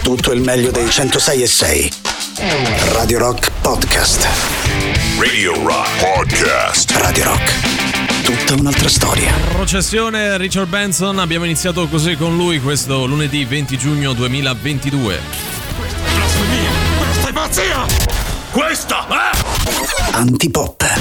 tutto il meglio dei 106.6. Radio Rock Podcast. Radio Rock Podcast. Radio Rock. Tutta un'altra storia. Processione Richard Benson, abbiamo iniziato così con lui questo lunedì 20 giugno 2022. Questa è pazzia! Questa è Antipop.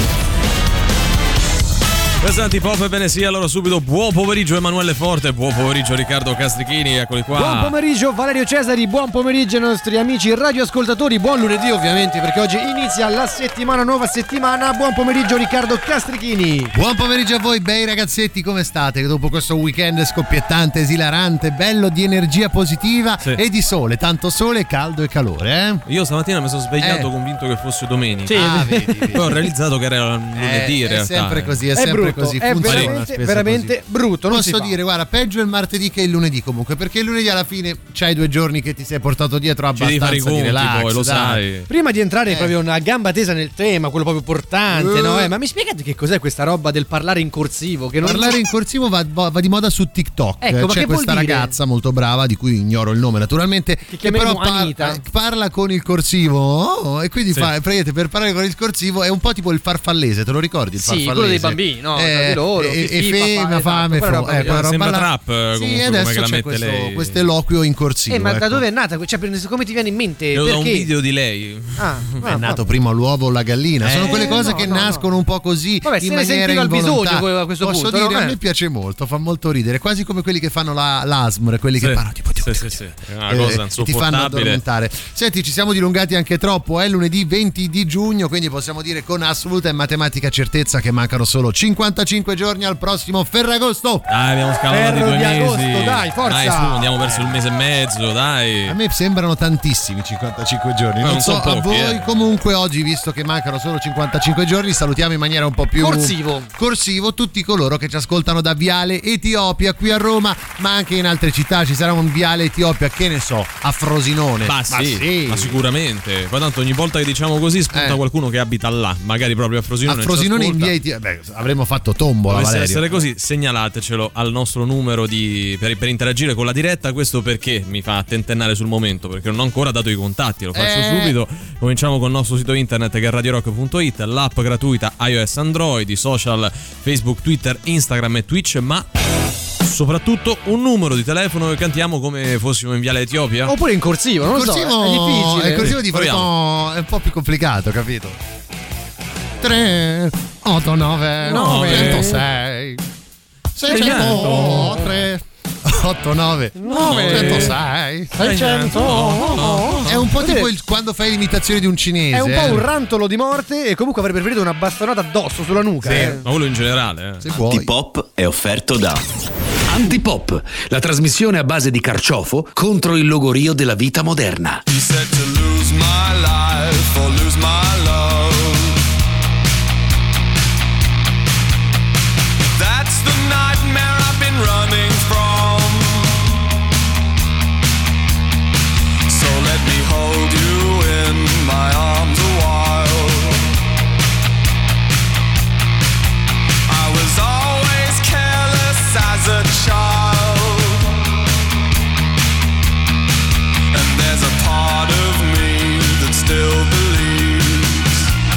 Questo è Antipop, ebbene sì, allora subito buon pomeriggio Emanuele Forte, buon pomeriggio Riccardo Castrichini, eccoli qua. Buon pomeriggio Valerio Cesari, buon pomeriggio ai nostri amici radioascoltatori, buon lunedì ovviamente perché oggi inizia la settimana, nuova settimana. Buon pomeriggio Riccardo Castrichini. Buon pomeriggio a voi bei ragazzetti, come state? Dopo questo weekend scoppiettante, esilarante, bello di energia positiva e di sole, tanto sole, caldo e calore, Io stamattina mi sono svegliato convinto che fosse domenica. Sì. Vedi. Poi ho realizzato che era lunedì in realtà. È sempre così, è È sempre brutto, così, è funziona veramente così. brutto. Non Posso si fa. dire, guarda, peggio il martedì che il lunedì comunque, perché il lunedì alla fine c'hai 2 giorni che ti sei portato dietro Ci devi fare i abbastanza di conti, relax, poi lo dai. sai. Prima di entrare proprio a gamba tesa nel tema, quello proprio portante, no? Ma mi spiegate che cos'è questa roba del parlare in corsivo? Che non Parlare in corsivo va di moda su TikTok. Ecco, ma c'è che vuol questa dire? ragazza molto brava, di cui ignoro il nome naturalmente, che chiameremo però Anita. parla con il corsivo e quindi praticamente per parlare con il corsivo è un po' tipo il farfallese, te lo ricordi? Il Sì, farfallese? quello dei bambini, no? Di loro, e fiffa, fema, fame, quella roba lì. quella roba Sembra là. trap, Sì, comunque, adesso come che la c'è mette lei. questo eloquio in corsivo. Ma da ecco. dove è nata? Cioè, come ti viene in mente? Io da un Perché? video di lei. È nato prima l'uovo o la gallina. Sono quelle cose no, che no, nascono un po' così. Vabbè, in se ne maniera sentiva il bisogno involontaria. a questo Posso punto, dire, no? a me piace molto, fa molto ridere. Quasi come quelli che fanno l'ASMR, quelli che parlano tipo. Sì. È una cosa Ti fanno insopportabile. addormentare. Senti, ci siamo dilungati anche troppo. È lunedì 20 di giugno, quindi possiamo dire con assoluta e matematica certezza che mancano solo 55 giorni al prossimo Ferragosto. Dai, abbiamo scalato di Ferro 2 di mesi. agosto, dai, forza. Dai, su, andiamo verso il mese e mezzo, dai. A me sembrano tantissimi 55 giorni. Non non so sono a pochi, voi. Comunque oggi, visto che mancano solo 55 giorni, salutiamo in maniera un po' più corsivo tutti coloro che ci ascoltano da Viale Etiopia qui a Roma, ma anche in altre città. Ci sarà un Viale Etiopia, che ne so, a Frosinone. Ma sicuramente. Poi tanto ogni volta che diciamo così spunta qualcuno che abita là, magari proprio a Frosinone. A Frosinone in via Etiopia. Avremmo fatto tombola, Dovesse Valerio. essere così, segnalatecelo al nostro numero per interagire con la diretta. Questo perché mi fa tentennare sul momento, perché non ho ancora dato i contatti, lo faccio subito. Cominciamo con il nostro sito internet che è radiorock.it, l'app gratuita iOS Android, i social Facebook, Twitter, Instagram e Twitch, ma soprattutto un numero di telefono che cantiamo come fossimo in Viale Etiopia. Oppure in corsivo, non lo so, è difficile. Il corsivo di Proviamo. è un po' più complicato, capito? 3 8 9 106 600 3 8 9 906 600. È un po' tipo quando fai l'imitazione di un cinese. È un po' un rantolo di morte e comunque avrei preferito una bastonata addosso sulla nuca. Ma quello in generale. Se vuoi. Antipop è offerto da Antipop, la trasmissione a base di carciofo contro il logorio della vita moderna. set to lose my life or lose my love. That's the nightmare I've been running from. So let me hold you in my arms a while. I was always careless as a child, and there's a part of me that still believes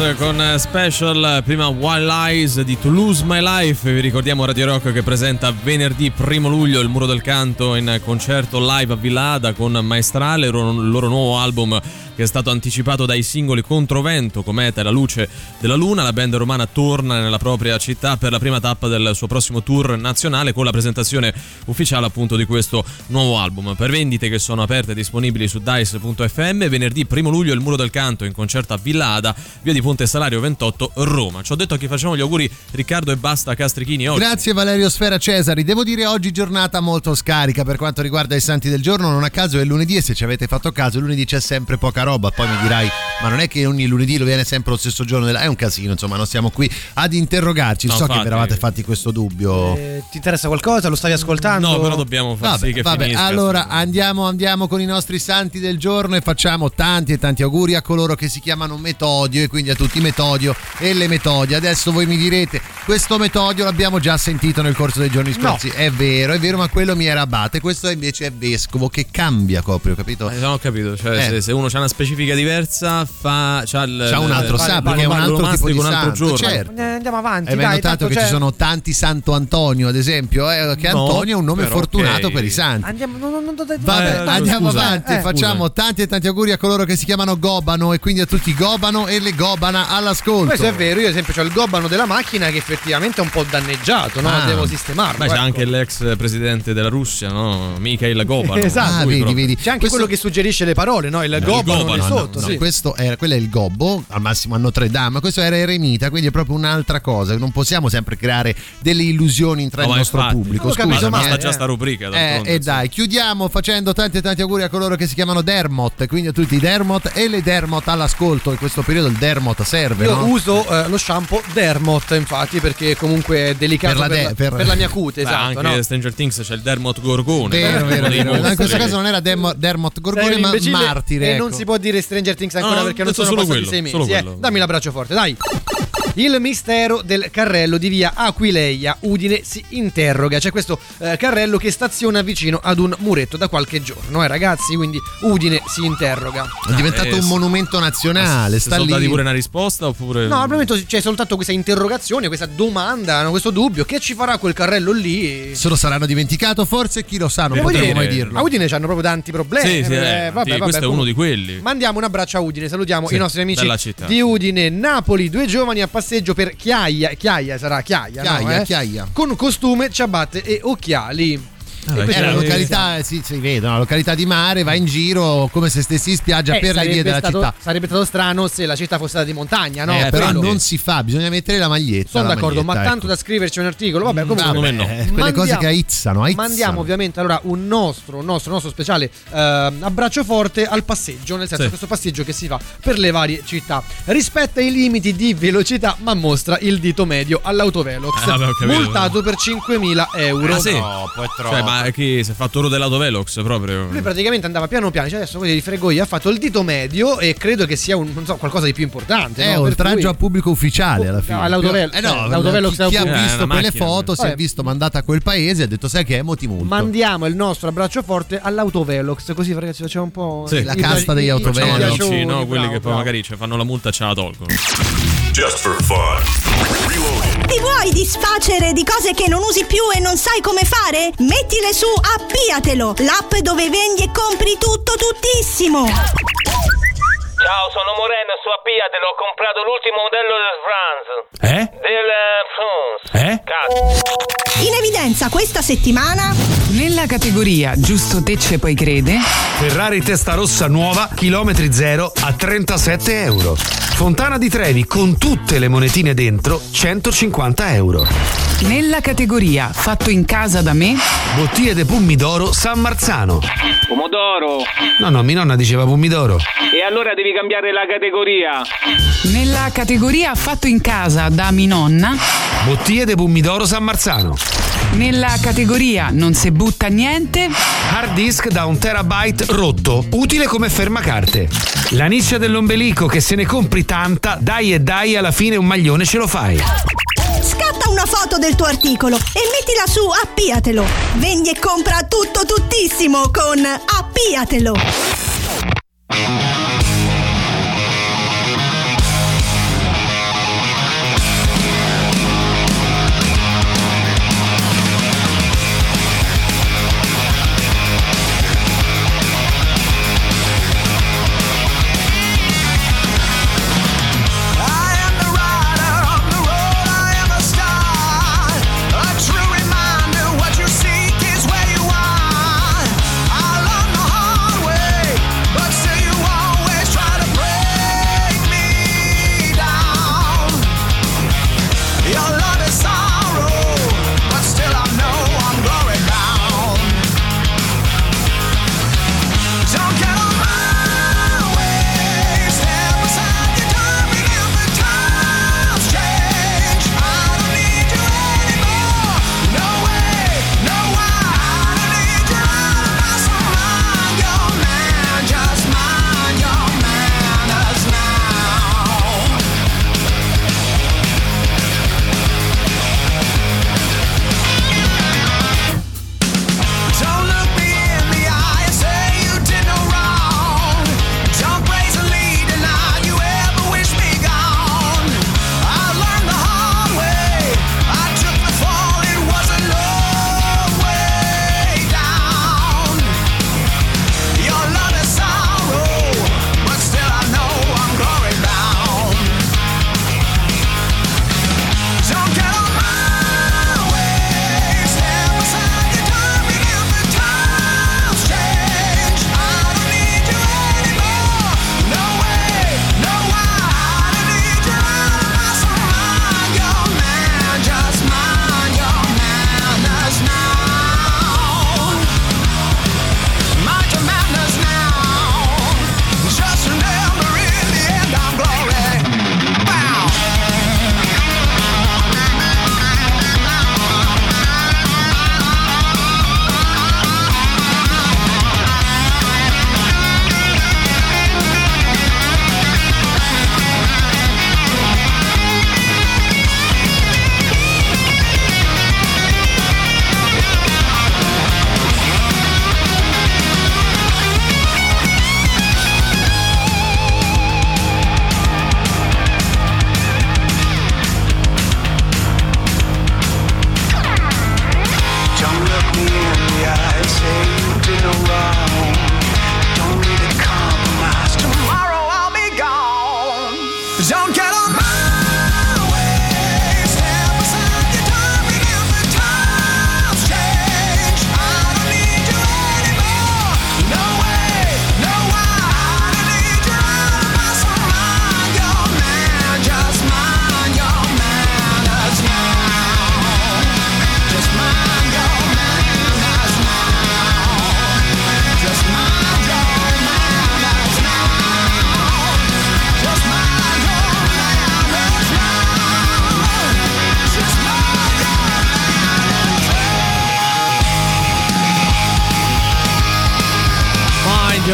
con Special, prima Wild Eyes di To Lose My Life. Vi ricordiamo Radio Rock che presenta venerdì 1 luglio il Muro del Canto in concerto live a Villa Ada con Maestrale, il loro nuovo album che è stato anticipato dai singoli Controvento, Cometa e La luce della luna. La band romana torna nella propria città per la prima tappa del suo prossimo tour nazionale con la presentazione ufficiale appunto di questo nuovo album. Per vendite che sono aperte e disponibili su dice.fm, venerdì 1 luglio il Muro del Canto in concerto a Villa Ada, via di Ponte Salario 28, Roma. Ci ho detto a chi facciamo gli auguri, Riccardo e basta Castrichini oggi. Grazie Valerio Sfera Cesari. Devo dire oggi giornata molto scarica per quanto riguarda i santi del giorno, non a caso è lunedì e se ci avete fatto caso lunedì c'è sempre poca roba. Poi mi dirai ma non è che ogni lunedì lo viene sempre lo stesso giorno è un casino, insomma, non siamo qui ad interrogarci. So che vi eravate fatti questo dubbio. Ti interessa qualcosa? Lo stavi ascoltando? No, però dobbiamo far sì che finisca. Allora andiamo con i nostri santi del giorno e facciamo tanti e tanti auguri a coloro che si chiamano Metodio e quindi a tutti i Metodio e le Metodie. Adesso voi mi direte questo Metodio l'abbiamo già sentito nel corso dei giorni scorsi. No. È vero, ma quello mi era abate. Questo invece è vescovo che cambia proprio, capito? Non ho capito, cioè se uno ha una specifica diversa c'ha un altro santo perché è un altro tipo di santo, giorno. Certo. Andiamo avanti. Hai mai notato che ci sono tanti Santo Antonio ad esempio, che Antonio è un nome fortunato per i santi. Andiamo avanti, facciamo tanti e tanti auguri a coloro che si chiamano Gobano e quindi a tutti i Gobano e le Gobana all'ascolto. Questo è vero, io ad esempio ho il Gobano della macchina che effettivamente è un po' danneggiato, no? Devo sistemarlo. C'è anche l'ex presidente della Russia, no? Mikhail Gobano. Esatto, vedi. C'è anche quello che suggerisce le parole, no? Il Gobano lì sotto. No, quello è il Gobbo, al massimo a Notre Dame, questo era eremita, quindi è proprio un'altra cosa. Non possiamo sempre creare delle illusioni tra il nostro pubblico. Scusa, ma sta già sta rubrica. E dai, chiudiamo facendo tanti e tanti auguri a coloro che si chiamano Dermot, quindi a tutti i Dermot e le Dermot all'ascolto. In questo periodo il Dermot serve. Io uso lo shampoo Dermot, infatti, perché comunque è delicato per la mia cute. Esatto, anche Stranger Things c'è il Dermot Gorgone. Vero. In questo caso non era Dermot Gorgone, ma Martire. E non si può dire Stranger Things ancora perché non sono passati 6 mesi. Dammi l'abbraccio forte, dai. Il mistero del carrello di via Aquileia Udine si interroga. C'è questo carrello che staziona vicino ad un muretto da qualche giorno, ragazzi, quindi Udine si interroga. È diventato un monumento nazionale. Sta lì. Dati pure una risposta oppure? No, al momento c'è soltanto questa interrogazione, questa domanda, questo dubbio. Che ci farà quel carrello lì? Se lo saranno dimenticato, forse, chi lo sa, non potremmo mai dirlo. A Udine c'hanno proprio tanti problemi. Vabbè, questo è uno di quelli. Mandiamo un abbraccio a Udine, salutiamo i nostri amici di Udine. Napoli, 2 giovani a passeggio per Chiaia, con costume, ciabatte e occhiali. È la località, si vede, una località di mare, va in giro come se stessi in spiaggia per le vie della città. Sarebbe stato strano se la città fosse stata di montagna, no? Però non si fa, bisogna mettere la maglietta. Sono d'accordo, ma tanto da scriverci un articolo, vabbè, comunque quelle cose che aizzano. Mandiamo ovviamente allora un nostro speciale abbraccio forte al passeggio, nel senso questo passeggio che si fa per le varie città. Rispetta i limiti di velocità, ma mostra il dito medio all'autovelox. Multato per 5.000 euro. No, poi è troppo. Ma chi si è fatto oro dell'autovelox proprio? Lui praticamente andava piano piano, adesso così li frego io, ha fatto il dito medio e credo che sia qualcosa di più importante. È oltraggio a pubblico ufficiale alla fine. L'autovelox chi ha visto quelle foto si è visto mandata a quel paese e ha detto sai che è multo. Mandiamo il nostro abbraccio forte all'autovelox, così ragazzi facciamo un po' la casta degli autovelox, no? Quelli che poi magari fanno la multa ce la tolgono. Just for fun. Ti vuoi disfacere di cose che non usi più e non sai come fare? Mettile su Appiatelo, l'app dove vendi e compri tutto tuttissimo. Ciao, sono Moreno, su Appiatelo, ho comprato l'ultimo modello del France. Cazzo. In evidenza questa settimana nella categoria Giusto te ce poi crede, Ferrari Testarossa nuova, chilometri zero a 37 euro. Fontana di Trevi con tutte le monetine dentro, 150 euro. Nella categoria Fatto in casa da me, Bottiglie de Pomidoro San Marzano. Pomodoro. No, mia nonna diceva pomidoro. E allora devi cambiare la categoria. Nella categoria Fatto in casa da mi nonna, Bottiglie de Pomidoro San Marzano. Nella categoria Non se butta niente, Hard disk da 1 terabyte rotto, utile come fermacarte. La niccia dell'ombelico che se ne compri tanta, dai, alla fine un maglione ce lo fai. Scatta una foto del tuo articolo e mettila su Appiatelo. Vendi e compra tutto tuttissimo con Appiatelo.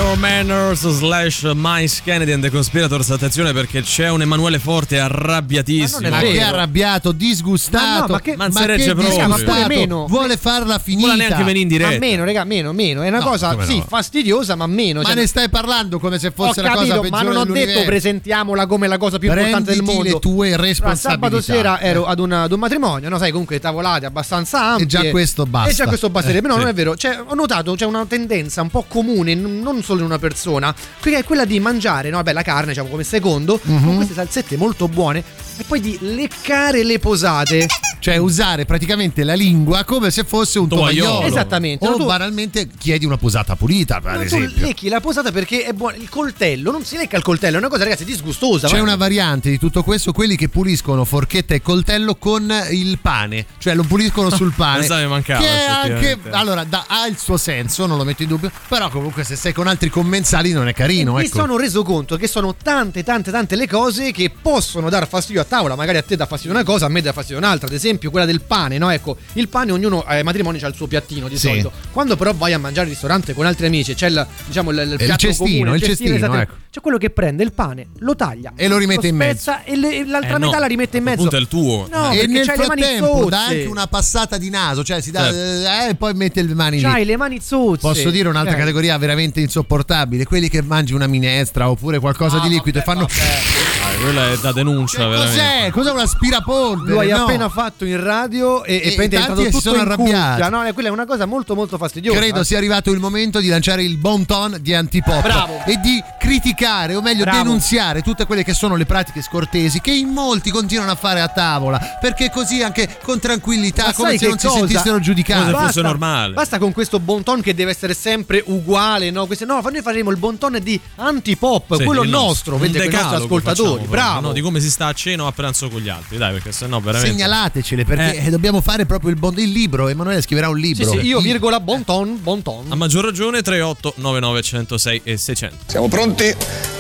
Mirror Manners / Miles Kennedy and the Conspirators. Attenzione, perché c'è un Emanuele Forte arrabbiatissimo. Ma che è arrabbiato, disgustato, ma che disgustato, meno. Vuole farla finita. Non vuole neanche venire in diretta. Ma meno, raga, meno. È una cosa fastidiosa, ma meno. Ma ne stai parlando come se fosse la cosa peggiore ma non ho detto presentiamola come la cosa più importante del mondo. Le tue responsabilità. Sabato sera ero ad un matrimonio, no, sai, comunque tavolate abbastanza ampie. E già questo basta. E già questo basterebbe. No, non è vero. Ho notato c'è una tendenza un po' comune, non solo in una persona, che è quella di mangiare, no, la carne, diciamo, come secondo, con queste salsette molto buone, e poi di leccare le posate. Cioè usare praticamente la lingua come se fosse un tovagliolo. Esattamente. O banalmente chiedi una posata pulita, per esempio. Tu lecchi la posata perché è buono. Il coltello, non si lecca il coltello, è una cosa, ragazzi, disgustosa. C'è una variante di tutto questo, quelli che puliscono forchetta e coltello con il pane, cioè lo puliscono sul pane. Pensavo mi mancava, che anche, allora ha il suo senso, non lo metto in dubbio, però comunque se sei con altri commensali non è carino. Mi sono reso conto che sono tante le cose che possono dar fastidio a tavola. Magari a te dà fastidio una cosa, a me dà fastidio un'altra. Ad esempio quella del pane, no? Ecco, il pane, ognuno ai matrimoni c'ha il suo piattino di solito. Quando però vai a mangiare al ristorante con altri amici, c'è il piatto cestino, comune, il cestino, ecco. C'è quello che prende il pane, lo taglia e lo rimette in mezzo, e l'altra metà la rimette in mezzo. Appunto è il tuo. No, e nel frattempo dà anche una passata di naso, cioè si dà e poi mette le mani lì. C'hai le mani zozze. Posso dire un'altra categoria veramente insopportabile, quelli che mangi una minestra oppure qualcosa di liquido e fanno quella è da denuncia, veramente. Cos'è un aspirapolvere? Lo hai appena fatto in radio e poi è entrato tutto sono in arrabbiati. No, quella è una cosa molto fastidiosa. Credo sia arrivato il momento di lanciare il bon ton di Antipop. Bravo. E di criticare, o meglio denunziare tutte quelle che sono le pratiche scortesi che in molti continuano a fare a tavola, perché così anche con tranquillità, come se non si sentissero giudicati. Come se fosse normale. Basta con questo bon ton che deve essere sempre uguale, no? Noi faremo il bon ton di Antipop, quello nostro, vedete, con i nostri ascoltatori. Bravo. No, di come si sta a cena o a pranzo con gli altri, dai, perché sennò veramente. Segnalatecele, perché dobbiamo fare proprio il libro. Emanuele scriverà un libro. Sì, io virgola bon ton. A maggior ragione 38 99 106 e 600. Siamo pronti?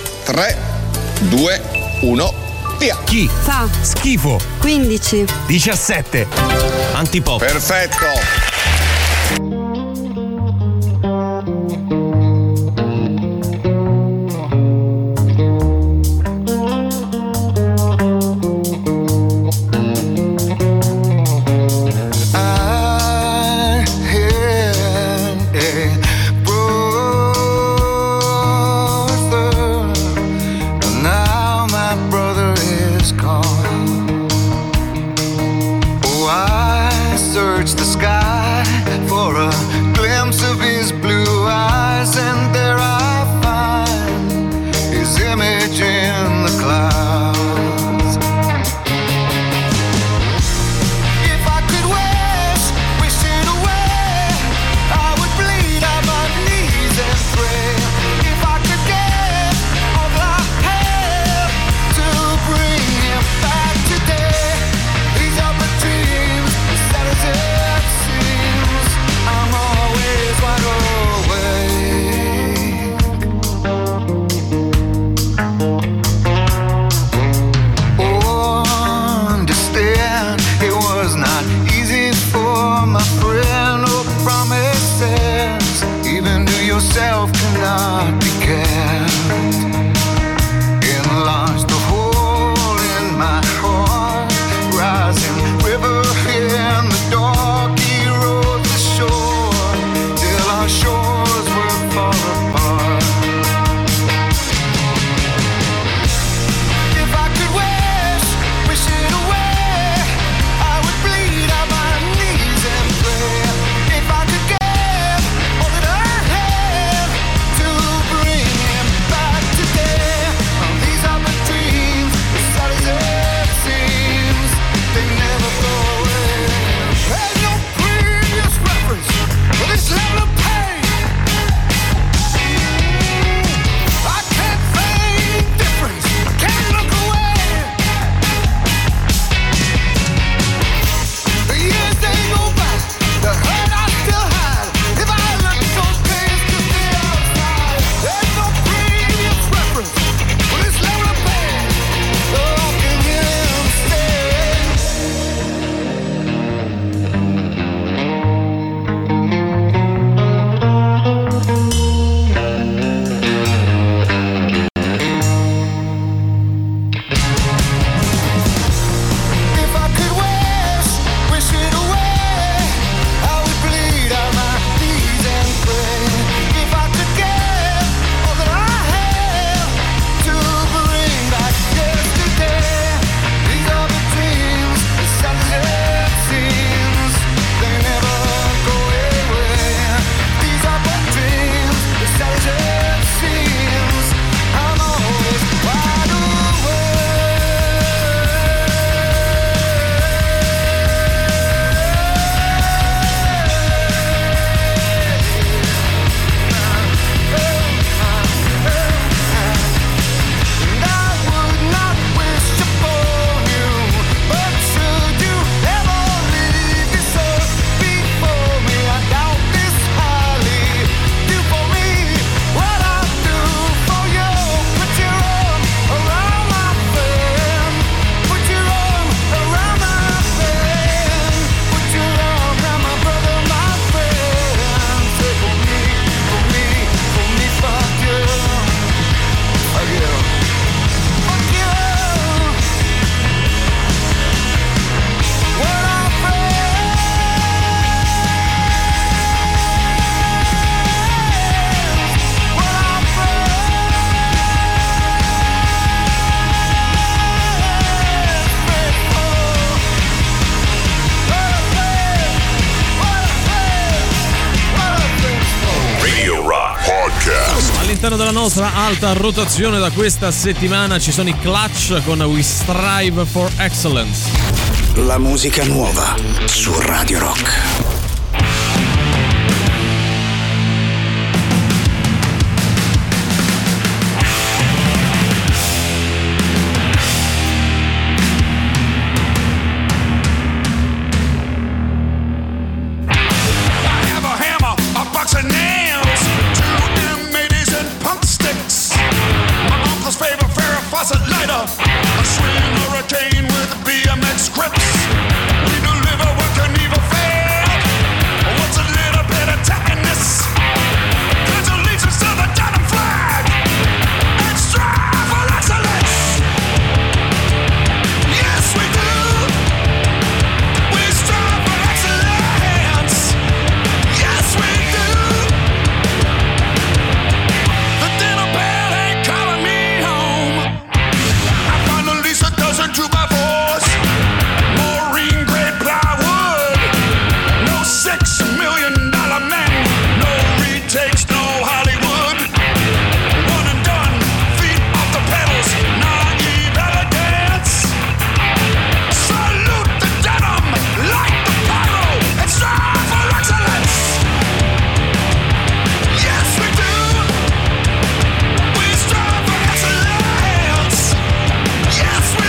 3, 2, 1, via. Chi? Fa. Schifo. 15. 17. Antipop. Perfetto. Set us at sea. all'interno della nostra alta rotazione da questa settimana ci sono i Clutch con We Strive for Excellence. La musica nuova su Radio Rock. A swing hurricane with BMX grips. We deliver what can never fail. What's a little bit of tackness? Pledge allegiance to the denim flag and strive for excellence. Yes, we do. We strive for excellence. Yes, we do. The dinner bell ain't calling me home. Doesn't do by force. Marine grade plywood. No $6 million men. No retakes, no Hollywood. One and done. Feet off the pedals. Naive elegance. Salute the denim. Light the pyro. And strive for excellence. Yes, we do. We strive for excellence. Yes, we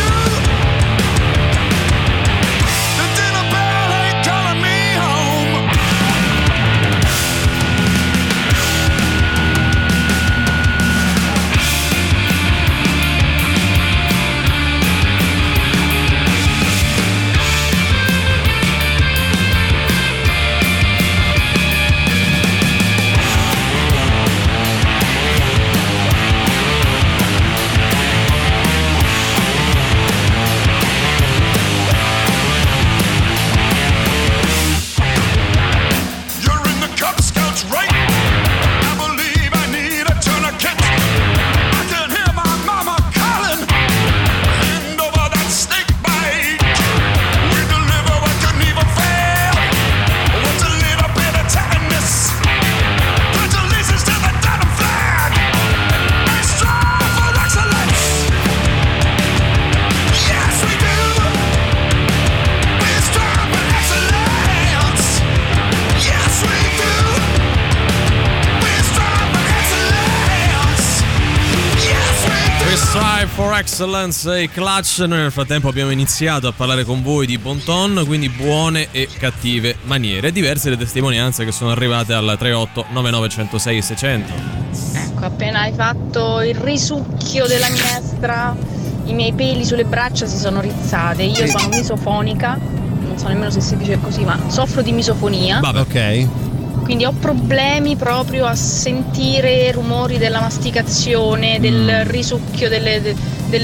for Excellence e Clutch. Noi nel frattempo abbiamo iniziato a parlare con voi di Bon Ton, quindi buone e cattive maniere, diverse le testimonianze che sono arrivate al 38 99 106 600. Ecco, appena hai fatto il risucchio della minestra, i miei peli sulle braccia si sono rizzate. Io sono misofonica, non so nemmeno se si dice così, ma soffro di misofonia. Vabbè, ok. Quindi ho problemi proprio a sentire rumori della masticazione, del risucchio delle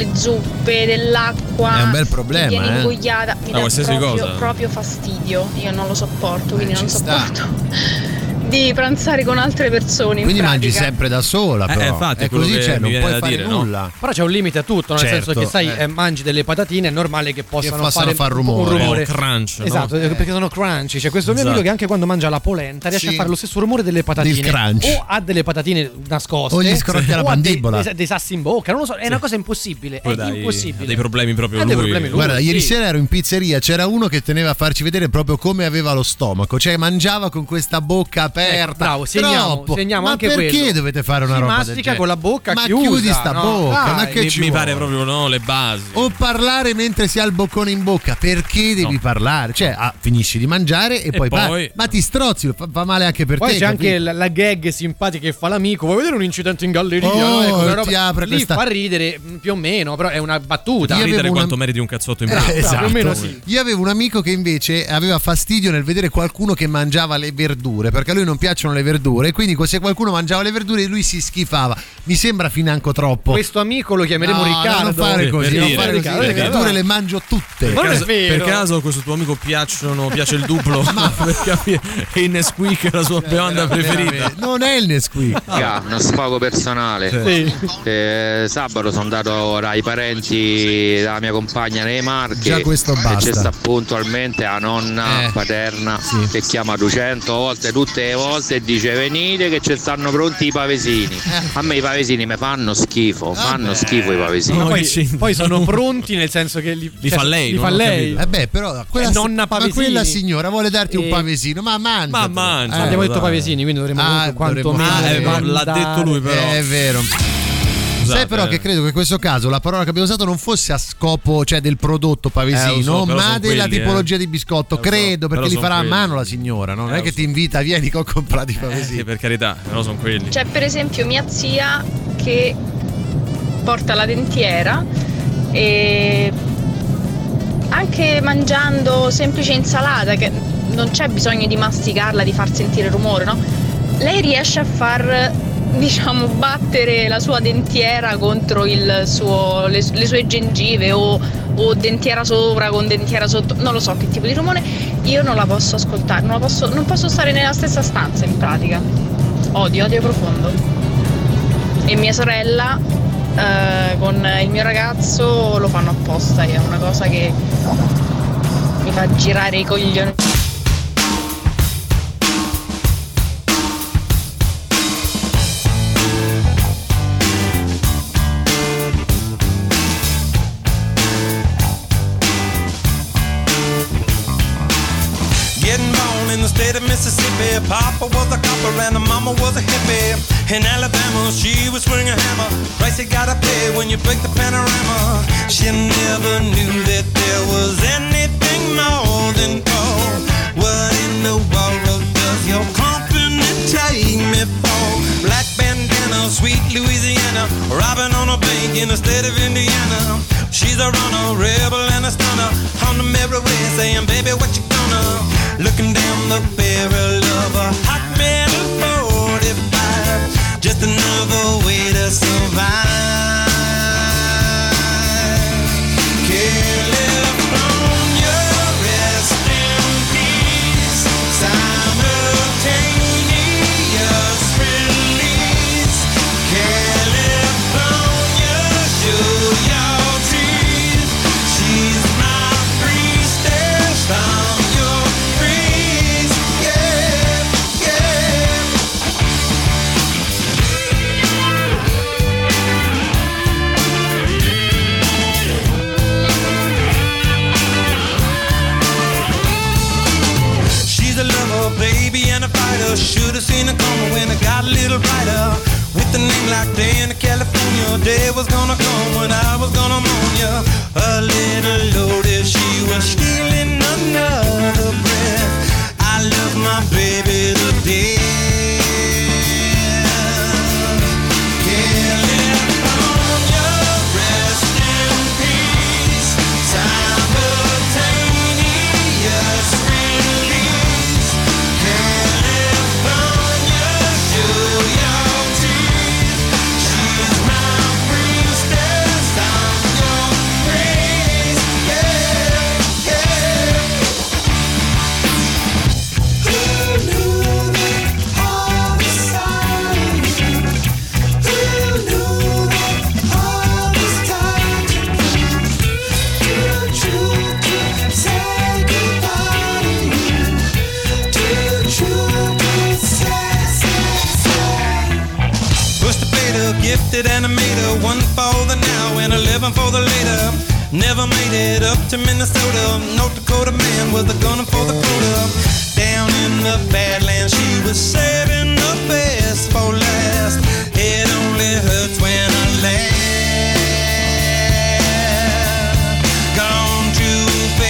zuppe, dell'acqua. È un bel problema, che viene ingoiata. Mi dà proprio fastidio. Io non lo sopporto, quindi non sopporto di pranzare con altre persone. Quindi mangi sempre da sola, però. Infatti, è così, cioè, non puoi fare nulla. No? Però c'è un limite a tutto, nel senso che sai, mangi delle patatine, è normale che possano fare rumore. Un rumore. Crunch, esatto, no? perché sono crunchy. C'è questo mio amico che anche quando mangia la polenta riesce a fare lo stesso rumore delle patatine. Il crunch. O ha delle patatine nascoste, o gli scrotti alla mandibola, dei sassi in bocca, non lo so, è una cosa impossibile. È impossibile. Ha dei problemi proprio lui. Guarda, ieri sera ero in pizzeria, c'era uno che teneva a farci vedere proprio come aveva lo stomaco, cioè mangiava con questa bocca aperta. Bravo, segniamo ma anche perché quello. dovete fare una roba del genere? Mastica con la bocca ma chiusa. Chiudi sta bocca, ma che mi pare proprio le basi. O parlare mentre si ha il boccone in bocca, perché devi parlare? Cioè, finisci di mangiare e poi parli. Ma ti strozzi, fa male anche per te. Poi c'è anche la gag simpatica che fa l'amico. Vuoi vedere un incidente in galleria? Ti apre lì fa ridere più o meno, però è una battuta. Fa ridere quanto meriti un cazzotto in bocca. Esatto. Più o meno sì. Io avevo un amico che invece aveva fastidio nel vedere qualcuno che mangiava le verdure, perché a lui non piacciono le verdure, e quindi se qualcuno mangiava le verdure lui si schifava. Mi sembra financo troppo. Questo amico lo chiameremo Riccardo. Non fare così, non fare così. Le verdure le mangio tutte. Per caso questo tuo amico piace il duplo? Per capire che il Nesquik è la sua bevanda preferita. Non è il Nesquik. Uno sfogo personale. Sabato sono andato ai parenti della mia compagna nei Marche. Già questo basta. E c'è sta puntualmente la nonna paterna che chiama 200 volte tutte le volte dice venite che ci stanno pronti i pavesini. A me i pavesini mi fanno schifo, fanno schifo i pavesini. Ma poi sono pronti nel senso che li fa lei. Li fa lei. Però quella, ma quella signora vuole darti un pavesino, ma mangia. Abbiamo detto pavesini, quindi dovremmo quantomeno. L'ha detto lui però. È vero. Sai però che credo che in questo caso la parola che abbiamo usato non fosse a scopo, cioè, del prodotto pavesino, ma della tipologia di biscotto. Credo, perché li farà a mano la signora, no? Non è che ti invita, vieni che ho comprato i pavesini. Per carità, però sono quelli. C'è per esempio mia zia che porta la dentiera e anche mangiando semplice insalata, che non c'è bisogno di masticarla, di far sentire rumore, no? Lei riesce a far, diciamo, battere la sua dentiera contro le sue gengive o dentiera sopra con dentiera sotto, non lo so che tipo di rumore. Io non la posso ascoltare, non posso stare nella stessa stanza, in pratica. Odio profondo. E mia sorella con il mio ragazzo lo fanno apposta, è una cosa che mi fa girare i coglioni. In the state of Mississippi, Papa was a copper and the mama was a hippie. In Alabama, she was swinging a hammer. Price you gotta pay when you break the panorama. She never knew that there was anything more than gold. What in the world does your company take me for? Black bandana, sweet Louisiana, robbing on a bank in the state of Indiana. She's a runner, rebel and a stunner. On the mirror way saying, baby, what you gonna? Looking down the barrel of a hot metal 45. Just another way to survive. California, rest in peace. Simultaneous release. California, show your teeth. She's my priestess. I'm your priest. Yeah, yeah. She's a lover, baby, and a fighter. Should've seen her coming when it got a little brighter. With a name like Diana, California, day was gonna come when I was gonna mourn ya. A little loaded, she was stealing another breath. I love my baby to death. California, rest in peace. Simultaneous release. California, show your teeth. She's my priestess. I'm your priest. Yeah, yeah. Who knew that all this time? Who knew that all this time? To truth to say goodbye to you. To truth to say. Pushed the beta, gifted animator, one for the now and 11 for the later. Never made it up to Minnesota. North Dakota man was a gunner for the quota. Down in the Badlands, she was saving the best for last. It only hurts when I laugh. Gone too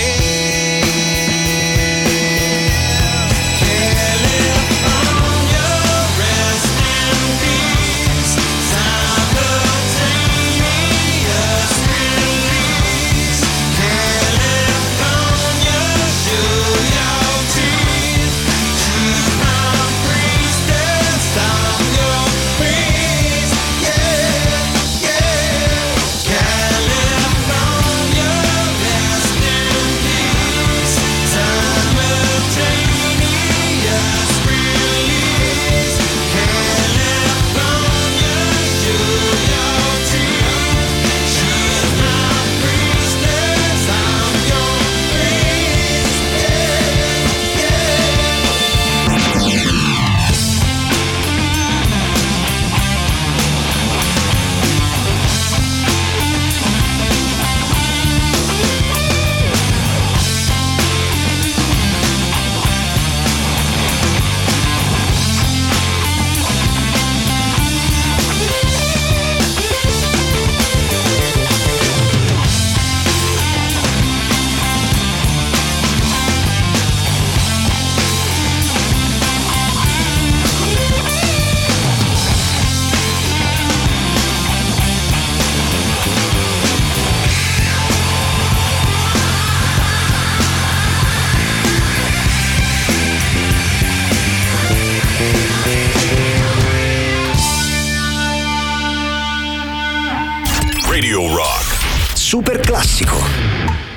fast. California, rest in peace. Simultaneous release. California, show your teeth. She's my priestess. I'm your priest. Yeah, yeah. super classico.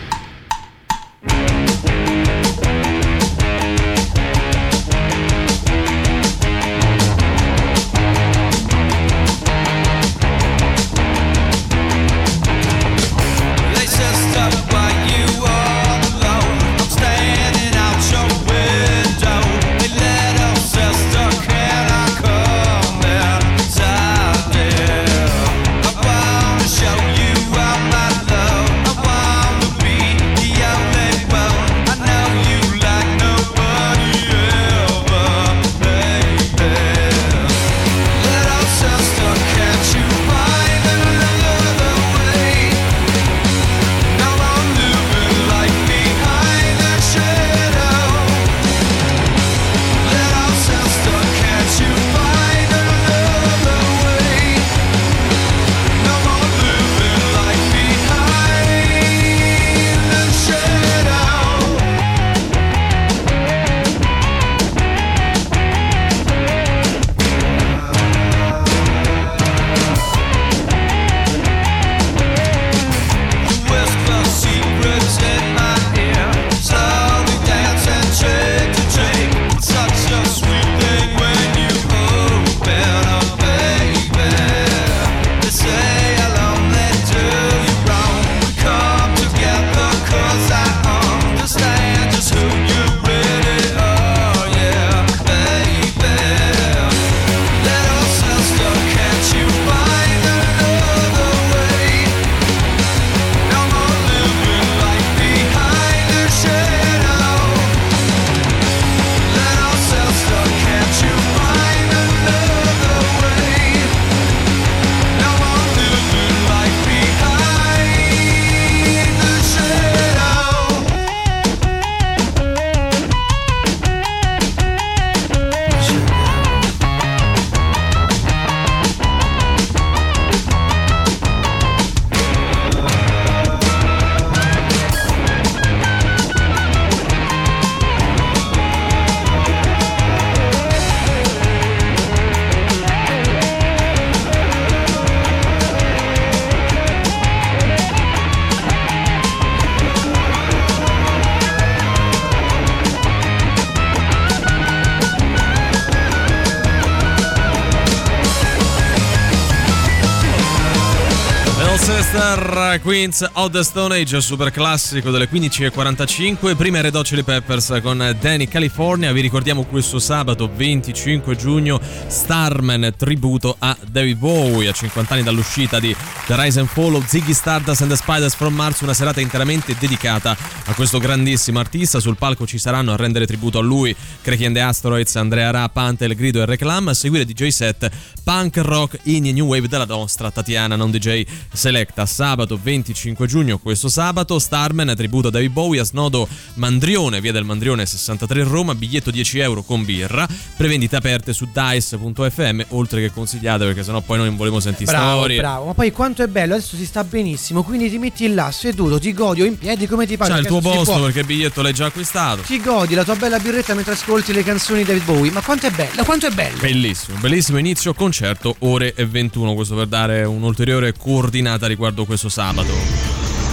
Queens of the Stone Age, super classico delle 15:45. Prima Red Hot Chili Peppers con Danny California. Vi ricordiamo questo sabato 25 giugno Starman, tributo a David Bowie a 50 anni dall'uscita di The Rise and Fall of Ziggy Stardust and the Spiders from Mars, una serata interamente dedicata a questo grandissimo artista. Sul palco ci saranno a rendere tributo a lui Cracky and the Asteroids, Andrea Ra, Pantel, Grido e Reclam, a seguire DJ set punk rock indie e new wave della nostra Tatiana Non DJ Selecta. Sabato 25 giugno, questo sabato, Starman, tributo a David Bowie a Snodo Mandrione, via del Mandrione 63 Roma, biglietto 10 euro con birra, prevendite aperte su dice.fm, oltre che consigliate perché sennò poi noi non volevo sentire storie. Bravo, ma poi quanto è bello, adesso si sta benissimo, quindi ti metti là seduto, ti godi o in piedi come ti pare. C'è il tuo posto perché il biglietto l'hai già acquistato. Ti godi la tua bella birretta mentre ascolti le canzoni di David Bowie, ma quanto è bello, quanto è bello. Bellissimo, bellissimo inizio concerto, ore e 21, questo per dare un'ulteriore coordinata riguardo questo sabato.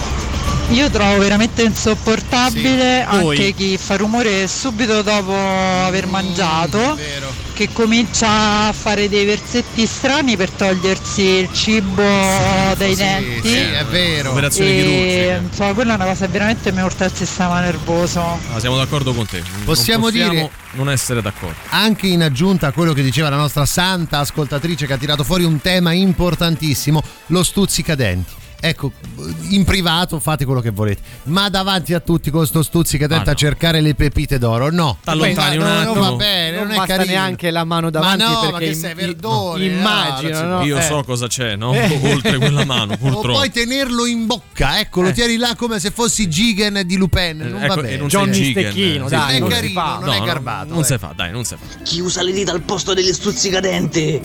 Io trovo veramente insopportabile anche chi fa rumore subito dopo aver mangiato, che comincia a fare dei versetti strani per togliersi il cibo dai denti. Sì, è vero. Operazioni chirurgiche. Insomma, quella è una cosa che veramente mi urta il sistema nervoso. Siamo d'accordo con te. Possiamo dire non essere d'accordo. Anche in aggiunta a quello che diceva la nostra santa ascoltatrice che ha tirato fuori un tema importantissimo, lo stuzzicadenti. Ecco, in privato fate quello che volete, ma davanti a tutti con sto stuzzicadenti a cercare le pepite d'oro, no. T'allontani un attimo. Non va bene, non è basta carino. neanche la mano davanti, ma no, perché ma che sei verdone, immagino, no? Io so cosa c'è, no? Oltre quella mano, purtroppo. O puoi tenerlo in bocca, ecco, lo tieni là come se fossi Jigen di Lupin, non va bene. Johnny Stecchino, dai, non è carino, non è garbato. Non si fa, dai, non si fa. Chi usa le dita al posto degli stuzzicadenti?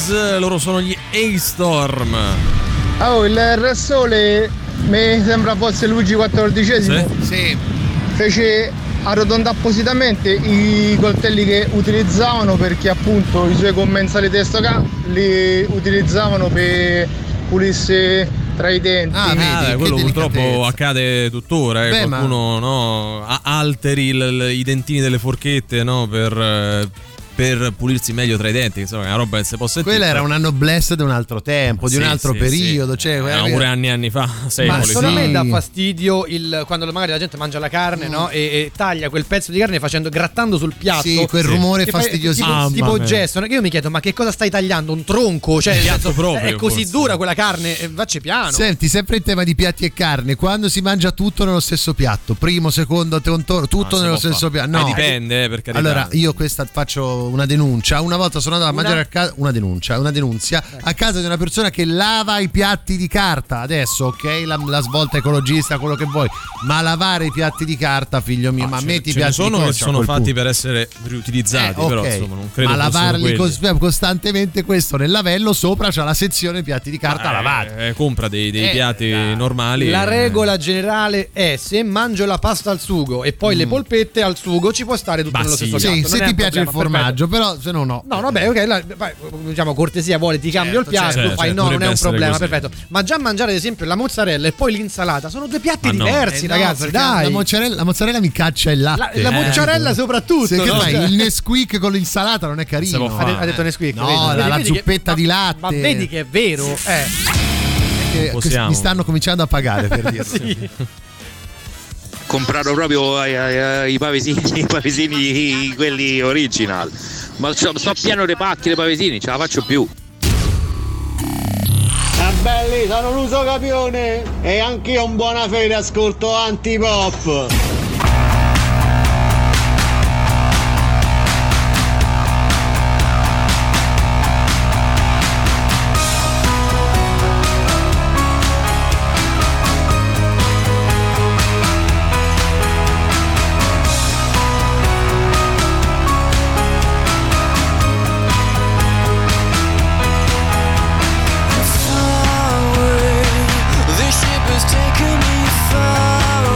Days, loro sono gli A-Storm. Oh, il Re Sole mi sembra fosse Luigi XIV. Sì. Fece arrotondare appositamente i coltelli che utilizzavano, perché appunto i suoi commensali li utilizzavano per pulirsi tra i denti. Quello purtroppo accade tuttora. Qualcuno alteri i dentini delle forchette, no? Per pulirsi meglio tra i denti, insomma, è una roba che si può sentire. Quella era una noblesse di un altro tempo, di un altro periodo. Cioè, pure anni fa, secoli. Ma solo a me dà fastidio quando magari la gente mangia la carne, no? E taglia quel pezzo di carne grattando sul piatto. Sì, quel rumore fastidiosissimo. Tipo gesto. Io mi chiedo, ma che cosa stai tagliando? Un tronco? Cioè, è così dura quella carne, vacci piano. Senti, sempre in tema di piatti e carne, quando si mangia tutto nello stesso piatto, primo, secondo, tutto nello stesso piatto. No, dipende, per carità. Allora, io questa faccio una denuncia. Una volta sono andato a mangiare a casa, una denunzia a casa di una persona che lava i piatti di carta. Adesso, ok, la svolta ecologista, quello che vuoi, ma lavare i piatti di carta, figlio mio, ma metti i piatti di carta. Sono fatti per essere riutilizzati, però insomma, non credo. Ma lavarli costantemente, questo nel lavello sopra c'ha la sezione piatti di carta lavati. Compra dei piatti normali. La regola generale è: se mangio la pasta al sugo e poi le polpette al sugo, ci può stare tutto nello stesso piatto. Se ti piace il formaggio, però se no. No, vabbè, ok, diciamo cortesia, ti cambio il piatto, tu fai non è un problema, così. Perfetto. Ma già mangiare ad esempio la mozzarella e poi l'insalata sono due piatti diversi, ragazzi, dai. La mozzarella mi caccia il latte. La mozzarella soprattutto. Che fai? Il Nesquik con l'insalata non è carino. Ha detto Nesquik. No, la zuppetta di latte. Ma vedi che è vero, mi stanno cominciando a pagare per dirlo. Sì. Comprato proprio i pavesini quelli original, ma so pieno di pacchi di pavesini, ce la faccio più. Belli, sono un uso capione e anch'io un buona fede ascolto Antipop. Taking me far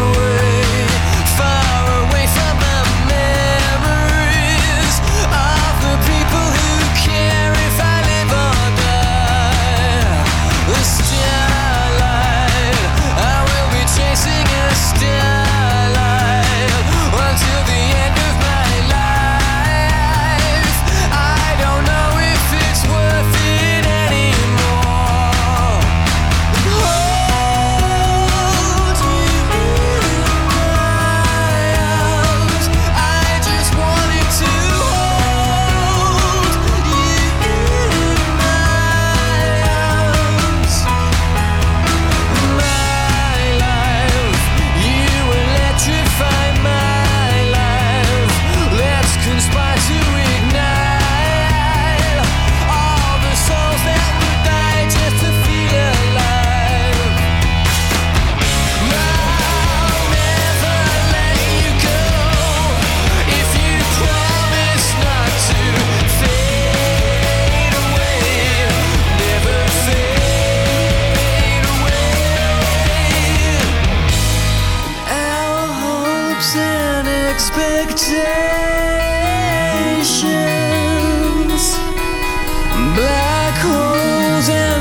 expectations, black holes and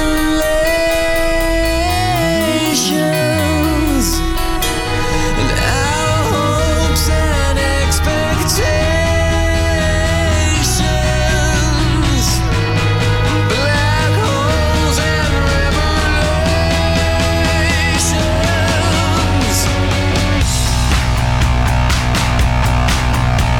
revelations, and our hopes and expectations, black holes and revelations.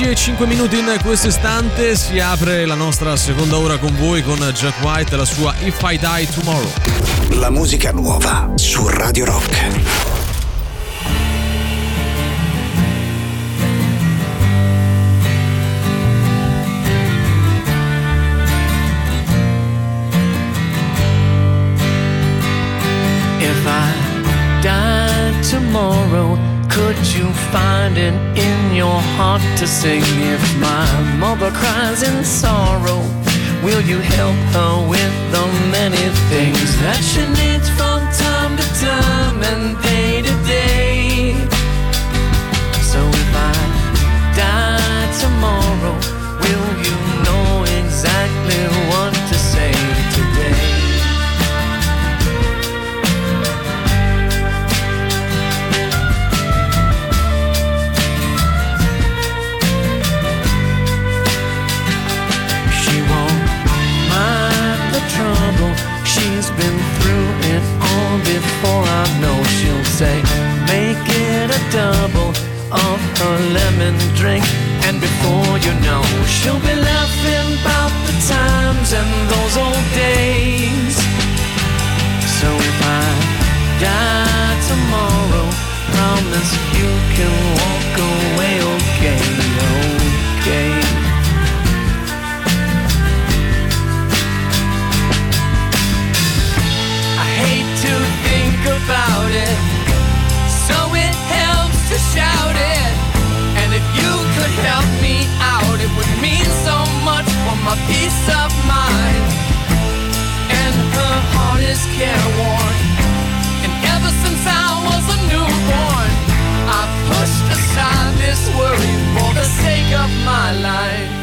11:05 in questo istante si apre la nostra seconda ora con voi con Jack White e la sua If I Die Tomorrow. La musica nuova su Radio Rock. If I died tomorrow, could you find it in your heart to say, if my mother cries in sorrow, will you help her with the many things that she needs from time to time and day to day? So if I die tomorrow, will you know exactly what to say today? Trouble, she's been through it all before. I know she'll say, make it a double of her lemon drink, and before you know, she'll be laughing about the times and those old days. So if I die tomorrow, promise you can walk away okay, okay. About it, so it helps to shout it. And if you could help me out, it would mean so much for my peace of mind. And her heart is careworn, and ever since I was a newborn, I pushed aside this worry for the sake of my life.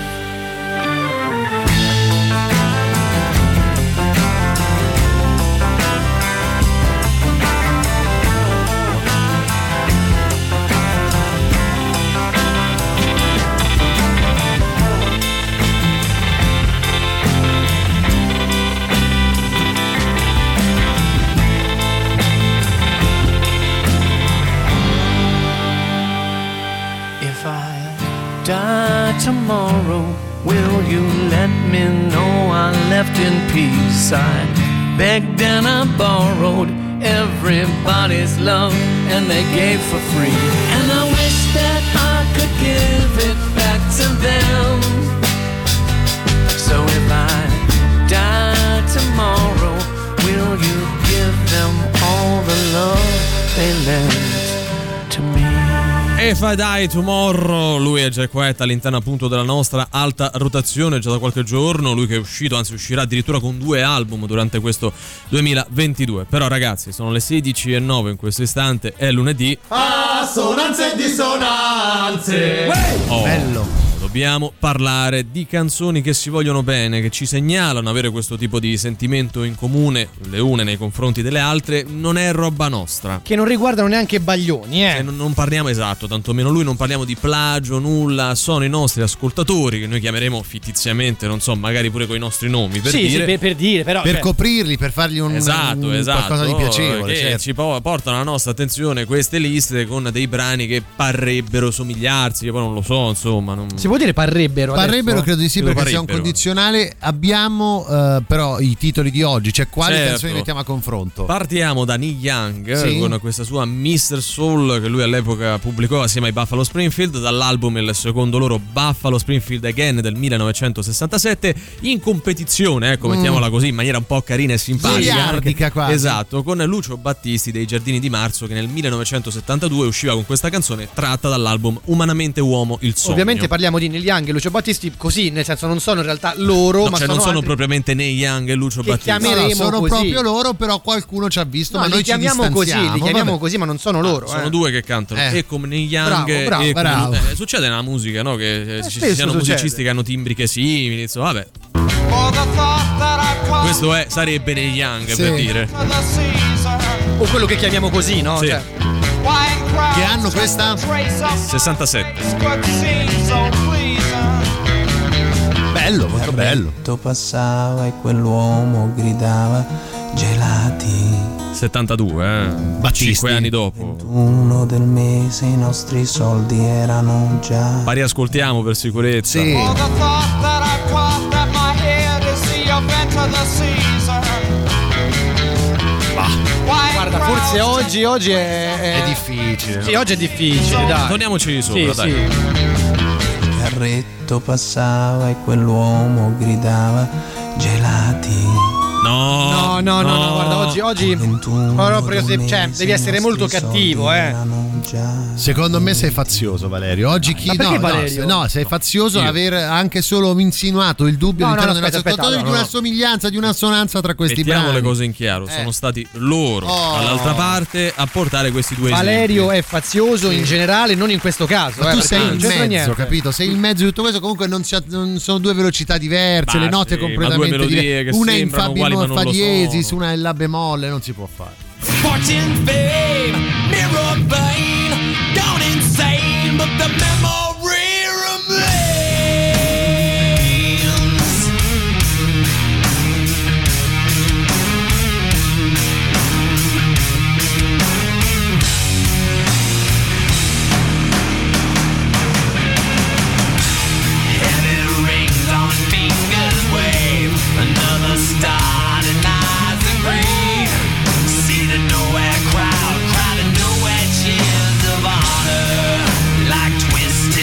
Die tomorrow, will you let me know I left in peace? I begged and I borrowed everybody's love, and they gave for free. And I wish that I could give it back to them. So if I die tomorrow, will you give them all the love they lent to me? If I Die Tomorrow, lui è Jack White all'interno appunto della nostra alta rotazione già da qualche giorno, lui che è uscito, anzi uscirà addirittura con 2 album durante questo 2022. Però ragazzi, sono le 16:09 in questo istante, è lunedì. Assonanze e dissonanze. Oh, bello. Dobbiamo parlare di canzoni che si vogliono bene, che ci segnalano avere questo tipo di sentimento in comune, le une nei confronti delle altre. Non è roba nostra, che non riguardano neanche Baglioni, non parliamo, esatto, tantomeno lui, non parliamo di plagio, nulla. Sono i nostri ascoltatori, che noi chiameremo fittiziamente, non so, magari pure con i nostri nomi, per dire. Sì, per dire, però per coprirli, per fargli un qualcosa di piacevole, che certo. Ci portano alla nostra attenzione queste liste con dei brani che parrebbero somigliarsi, che poi non lo so, insomma, non... Si può dire parrebbero adesso? Credo di sì, perché sia un condizionale. Abbiamo però i titoli di oggi, cioè quali canzoni mettiamo a confronto. Partiamo da Neil Young, con questa sua Mr. Soul, che lui all'epoca pubblicò assieme ai Buffalo Springfield, dall'album, il secondo loro, Buffalo Springfield Again del 1967, in competizione, ecco, mettiamola così, in maniera un po' carina e simpatica, quasi. Esatto, con Lucio Battisti dei Giardini di Marzo, che nel 1972 usciva con questa canzone tratta dall'album Umanamente Uomo, il sogno. Ovviamente parliamo di Neil Young e Lucio Battisti così, nel senso non sono in realtà loro, no, ma cioè sono non sono altri propriamente Neil Young e Lucio Battisti. No, sono così. Proprio loro, però qualcuno ci ha visto, ma noi ci distanziamo. Li chiamiamo così, ma non sono loro. Sono due che cantano, e come Neil Young bravo. Succede nella musica, no? Che ci siano musicisti che hanno timbriche simili, insomma, vabbè. Questo sarebbe Neil Young, per dire. O quello che chiamiamo così, no? Sì. Cioè. Che anno questa? 67. Bello, molto bello. Passava e quell'uomo gridava: gelati. 72, Battisti. 5 anni dopo. 1 del mese i nostri soldi erano già. Ma riascoltiamo per sicurezza. Sì. Guarda, forse oggi È difficile. Sì, oggi è difficile, dai. Torniamoci sopra, sì, dai. sì. Il carretto passava e quell'uomo gridava gelati. No, guarda, oggi proprio devi essere molto cattivo, Secondo me sei fazioso, Valerio. Oggi chi Ma perché Valerio? No, sei fazioso aver anche solo insinuato il dubbio all'interno dei nostri ascoltatori di una somiglianza, di un'assonanza tra questi brani. Mettiamo le cose in chiaro, sono stati loro dall'altra parte a portare questi due Valerio esempi. è fazioso in generale, non in questo caso. Ma tu sei non il c'entra mezzo, niente. capito? Sei il mezzo di tutto questo. Comunque non sono due velocità diverse, le note sì, ma completamente due melodie diverse. che Una è in sembrano fa uguali, ma non lo diesis, sono. una è in la bemolle, non si può fare. Fortune, fame, mirror vein, gone insane, but the memory remains. Heavy rings on fingers wave, another star denies the grave. See the nowhere crowd, crowd of nowhere cheers of honor, like twisted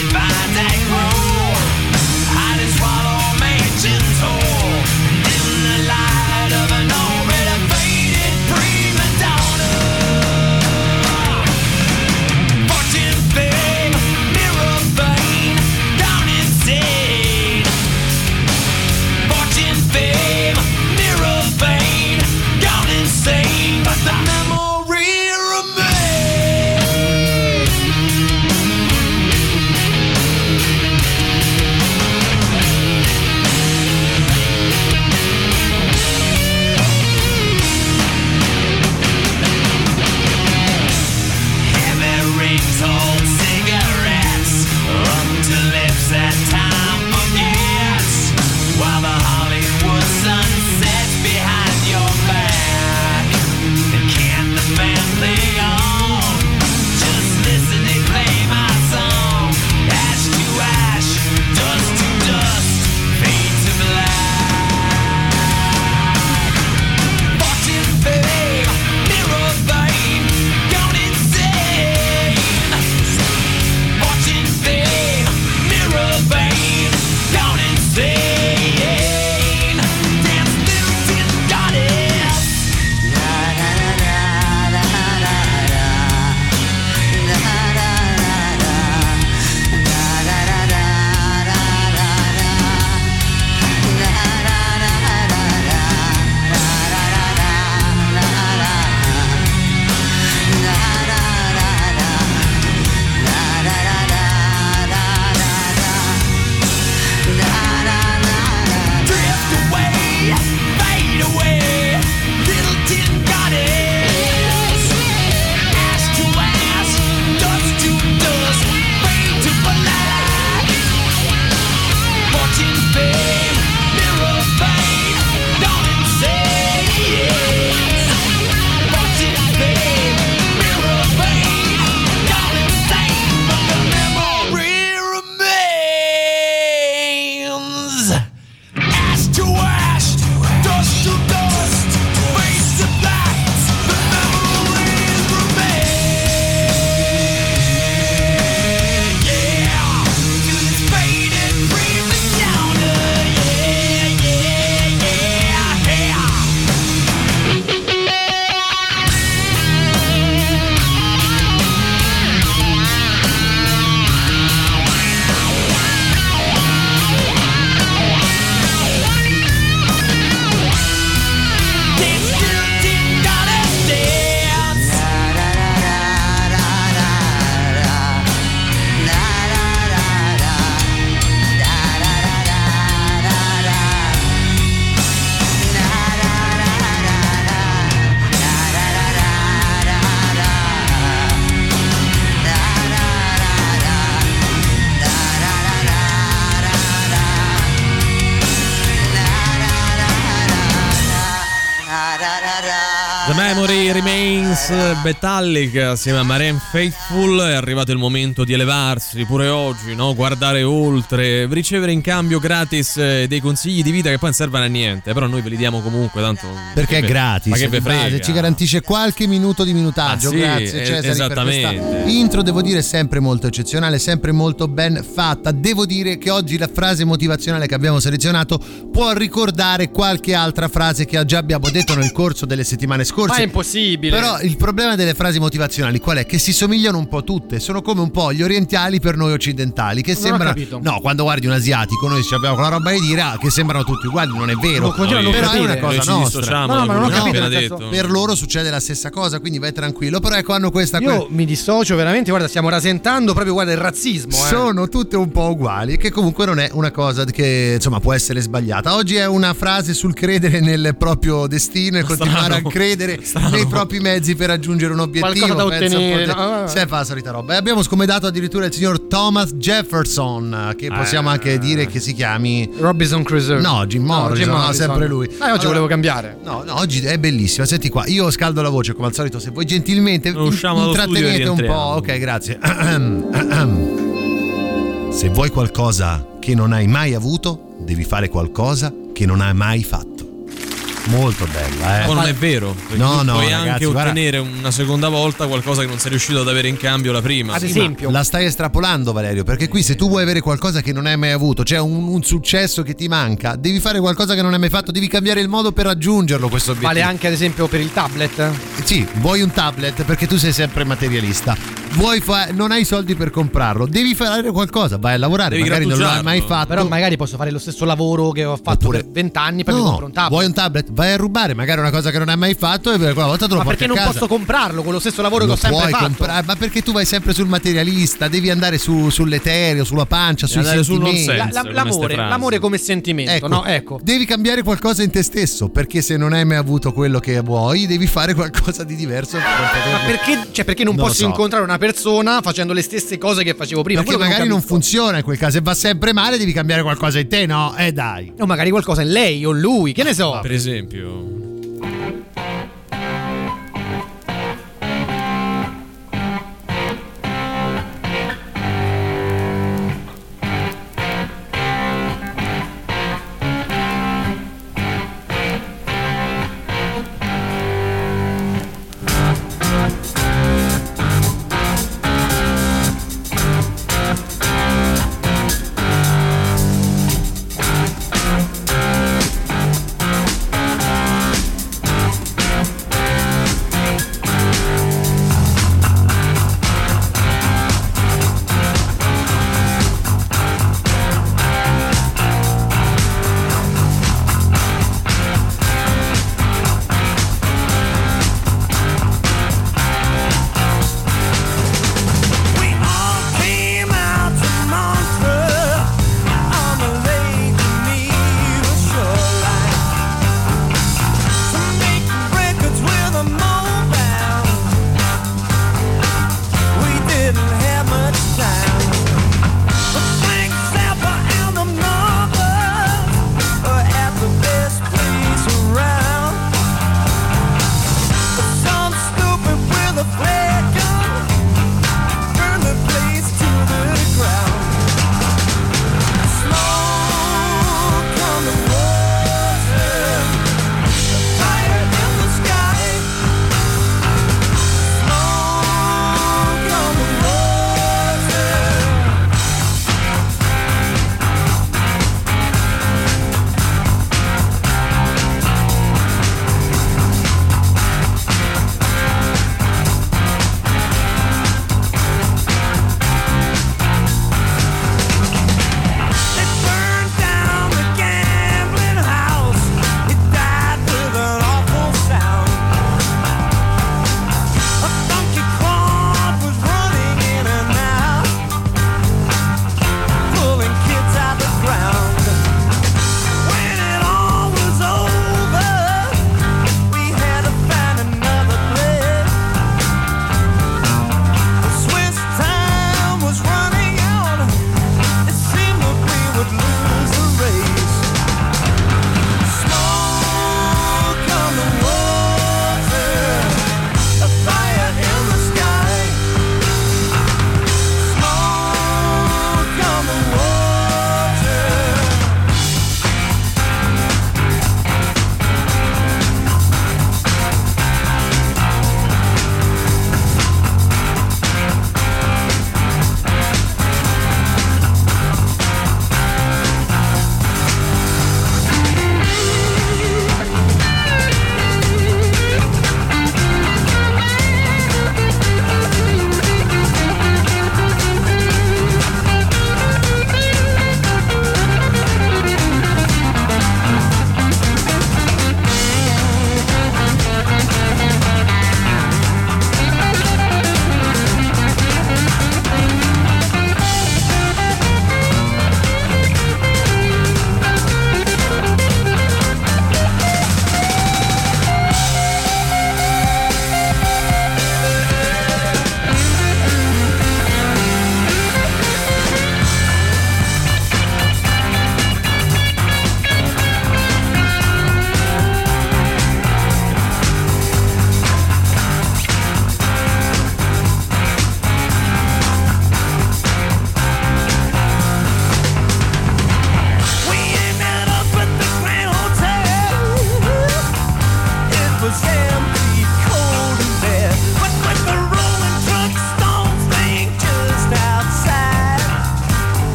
Memory Remains, Metallica assieme a Marianne Faithfull. È arrivato il momento di elevarsi pure oggi, no? Guardare oltre, ricevere in cambio gratis dei consigli di vita che poi non servono a niente, però noi ve li diamo comunque, tanto perché è gratis, ma che ve frega, ci garantisce qualche minuto di minutaggio. Sì, grazie Cesare esattamente. per questa intro, devo dire sempre molto eccezionale, sempre molto ben fatta. Devo dire che oggi la frase motivazionale che abbiamo selezionato può ricordare qualche altra frase che già abbiamo detto nel corso delle settimane scorse. Ma è impossibile. Però il problema delle frasi motivazionali qual è? Che si somigliano un po' tutte, sono come un po' gli orientali per noi occidentali, che sembrano, no, quando guardi un asiatico noi abbiamo quella roba da dire che sembrano tutti uguali, non è vero, però è una cosa nostra. No, ma non ho capito, detto. Per loro succede la stessa cosa, quindi vai tranquillo, però ecco, hanno questa io mi dissocio veramente, guarda, stiamo rasentando proprio, guarda, il razzismo. Sono tutte un po' uguali, che comunque non è una cosa che insomma può essere sbagliata. Oggi è una frase sul credere nel proprio destino e continuare a credere nei propri mezzi per raggiungere un obiettivo, qualcosa da ottenere, se fa la solita roba. E abbiamo scomedato addirittura il signor Thomas Jefferson, che possiamo anche dire che si chiami Robinson Crusoe. No, Jim Morrison, no, sempre lui. Oggi volevo cambiare. No, oggi è bellissima. Senti qua, io scaldo la voce come al solito, se voi gentilmente intrattenete un po'. Ok, grazie. Se vuoi qualcosa che non hai mai avuto, devi fare qualcosa che non hai mai fatto. Molto bella, Ma non è vero, no, puoi ragazzi, anche ottenere una seconda volta qualcosa che non sei riuscito ad avere in cambio la prima. Ad esempio, la stai estrapolando, Valerio, perché qui se tu vuoi avere qualcosa che non hai mai avuto, cioè un successo che ti manca, devi fare qualcosa che non hai mai fatto, devi cambiare il modo per raggiungerlo, questo obiettivo. Vale anche ad esempio per il tablet? Sì, vuoi un tablet perché tu sei sempre materialista, non hai soldi per comprarlo, devi fare qualcosa, vai a lavorare, devi magari non l'hai mai fatto. Però magari posso fare lo stesso lavoro che ho fatto per 20 anni per comprare un tablet. Vuoi un tablet? Vai a rubare magari una cosa che non hai mai fatto e quella volta te lo porti a casa. Ma perché non posso comprarlo con lo stesso lavoro che ho sempre fatto? Ma perché tu vai sempre sul materialista, devi andare sull'etereo, sulla pancia, sui sentimenti. L'amore come sentimento, ecco, no? Ecco. Devi cambiare qualcosa in te stesso, perché se non hai mai avuto quello che vuoi, devi fare qualcosa di diverso. Ma perché? Cioè, perché non posso incontrare una persona facendo le stesse cose che facevo prima? Perché magari non funziona in quel caso e va sempre male, devi cambiare qualcosa in te, no? Dai. O magari qualcosa in lei o lui, che ne so. Per esempio.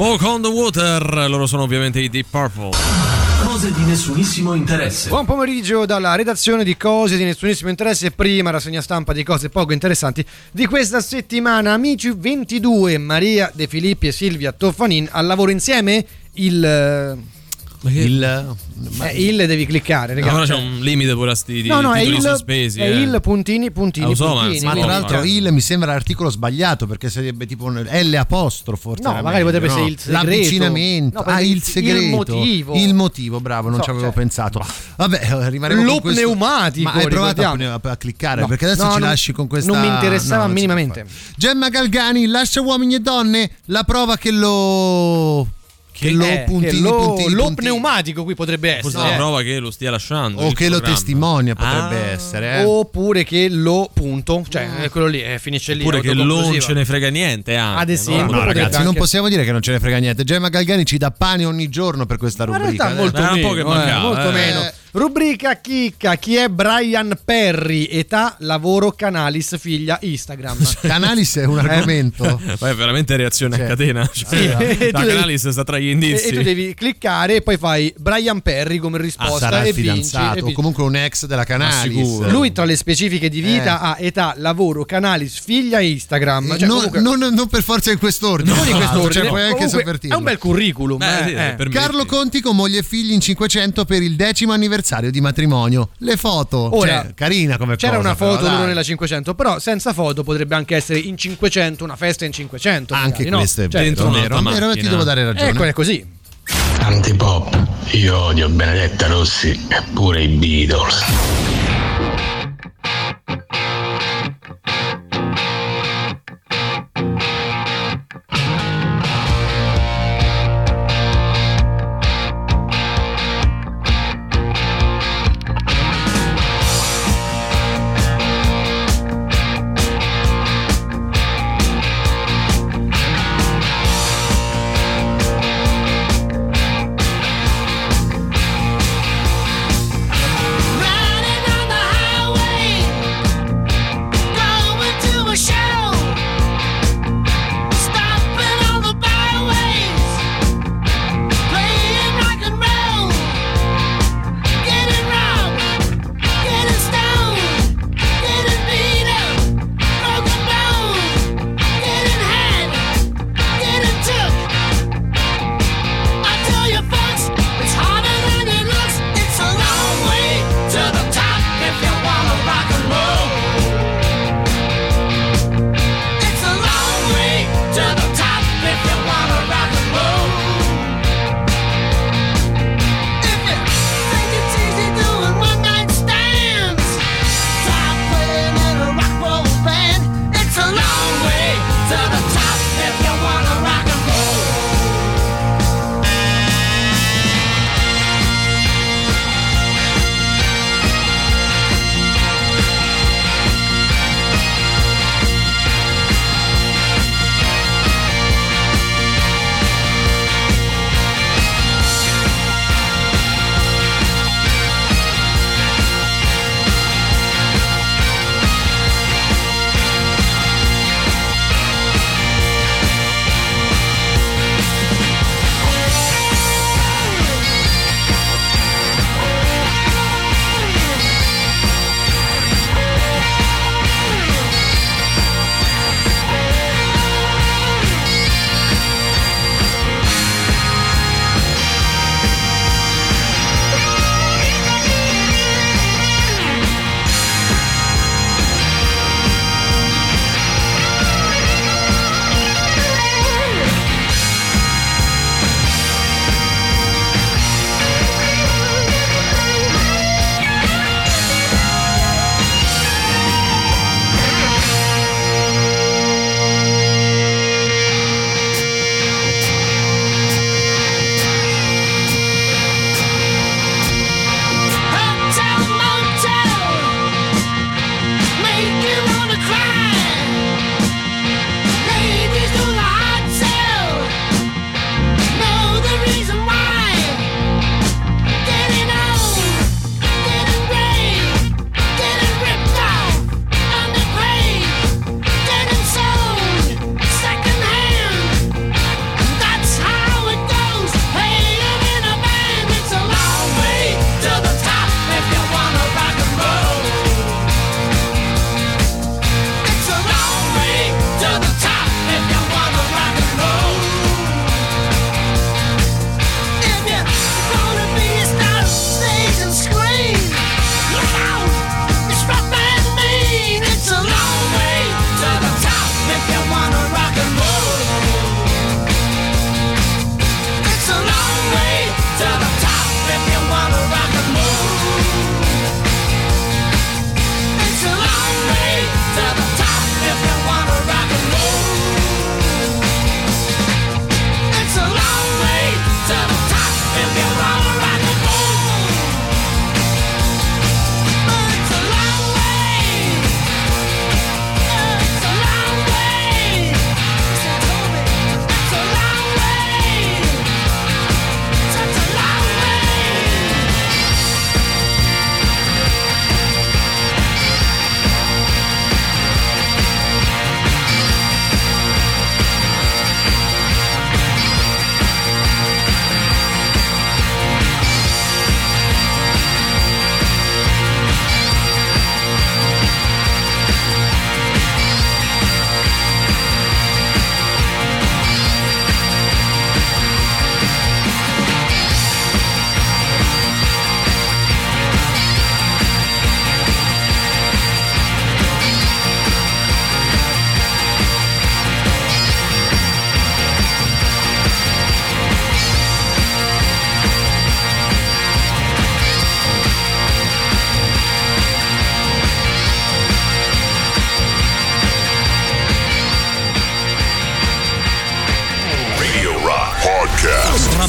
Walk on the Water, loro sono ovviamente i Deep Purple. Cose di nessunissimo interesse. Buon pomeriggio dalla redazione di Cose di nessunissimo interesse. Prima rassegna stampa di cose poco interessanti di questa settimana. Amici 22, Maria De Filippi e Silvia Toffanin al lavoro insieme. Il devi cliccare, ragazzi. Allora c'è un limite pure a sti no, titoli sospesi. È il puntini. Ma tra l'altro il mi sembra l'articolo sbagliato, perché sarebbe tipo L apostrofo. No, magari potrebbe essere il segreto. L'avvicinamento. Il segreto. Il motivo, bravo, non ci avevo pensato. Vabbè, rimarremo con questo. Pneumatico. Ma hai provato a cliccare? No, perché adesso ci lasci con questa. Non mi interessava minimamente. Gemma Galgani, lascia uomini e donne, la prova che lo pneumatico qui potrebbe essere. Forse la prova che lo stia lasciando. O che lo testimonia potrebbe essere. Oppure che lo punto. Cioè, quello lì finisce lì. Oppure che non ce ne frega niente. Ad esempio, no, ragazzi, anche... non possiamo dire che non ce ne frega niente. Gemma Galgani ci dà pane ogni giorno per questa rubrica. Molto meno. Rubrica chicca. Chi è Brian Perry? Età, lavoro, Canalis, figlia, Instagram. Canalis è un argomento. È veramente reazione a catena. Canalis sta tra gli indizi. E tu devi cliccare e poi fai Brian Perry come risposta. Sarà e il fidanzato o comunque un ex della Canalis. Lui tra le specifiche di vita ha età, lavoro, Canalis, figlia e Instagram. Cioè, non per forza in quest'ordine. Non in quest'ordine. Cioè, puoi anche sovvertirlo. È un bel curriculum. Carlo Conti con moglie e figli in 500 per il 10° anniversario di matrimonio. Le foto. Ora, carina come c'era cosa. Una foto loro nella 500, però senza foto potrebbe anche essere in 500, una festa in 500. Anche magari, questo no? è vero, ti devo dare ragione. Ecco, è così. Antipop, io odio Benedetta Rossi e pure i Beatles. Riding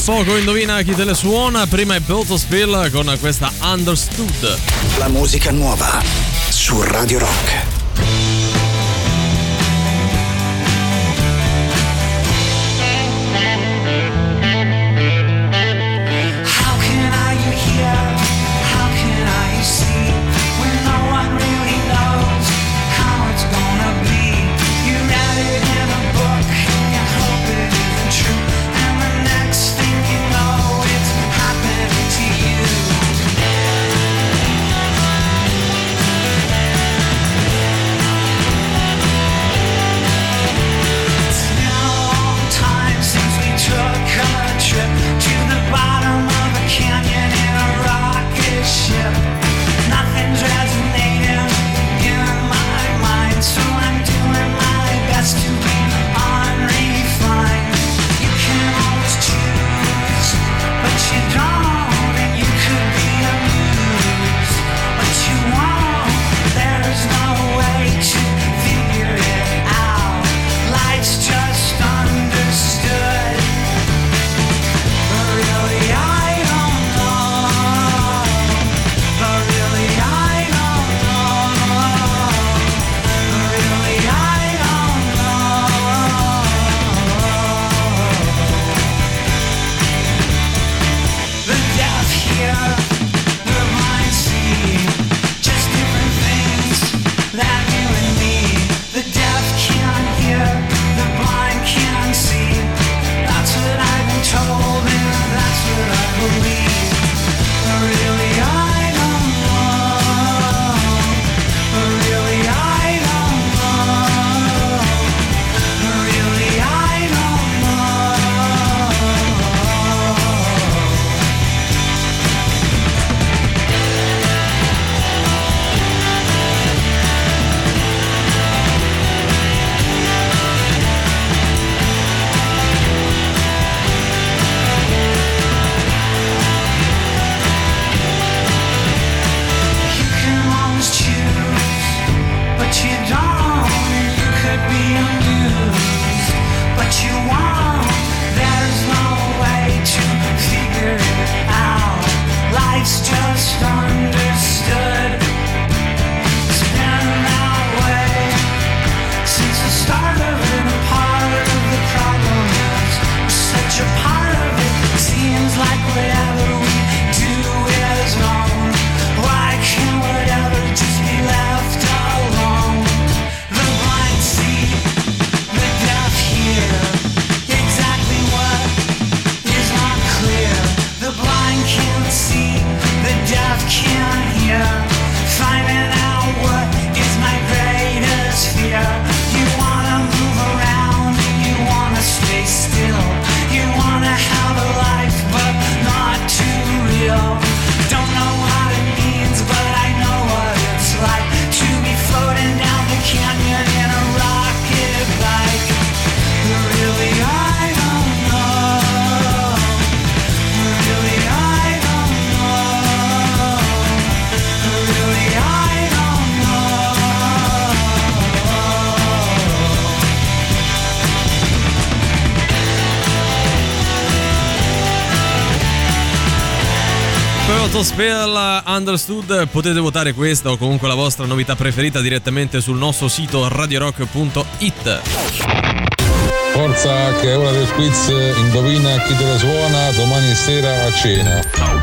poco indovina chi te le suona. Prima è Belto Spill con questa Understood. La musica nuova su Radio Rock. Spill Understood. Potete votare questa o comunque la vostra novità preferita direttamente sul nostro sito radiorock.it. Forza che è ora del quiz, indovina chi te la suona domani sera a cena.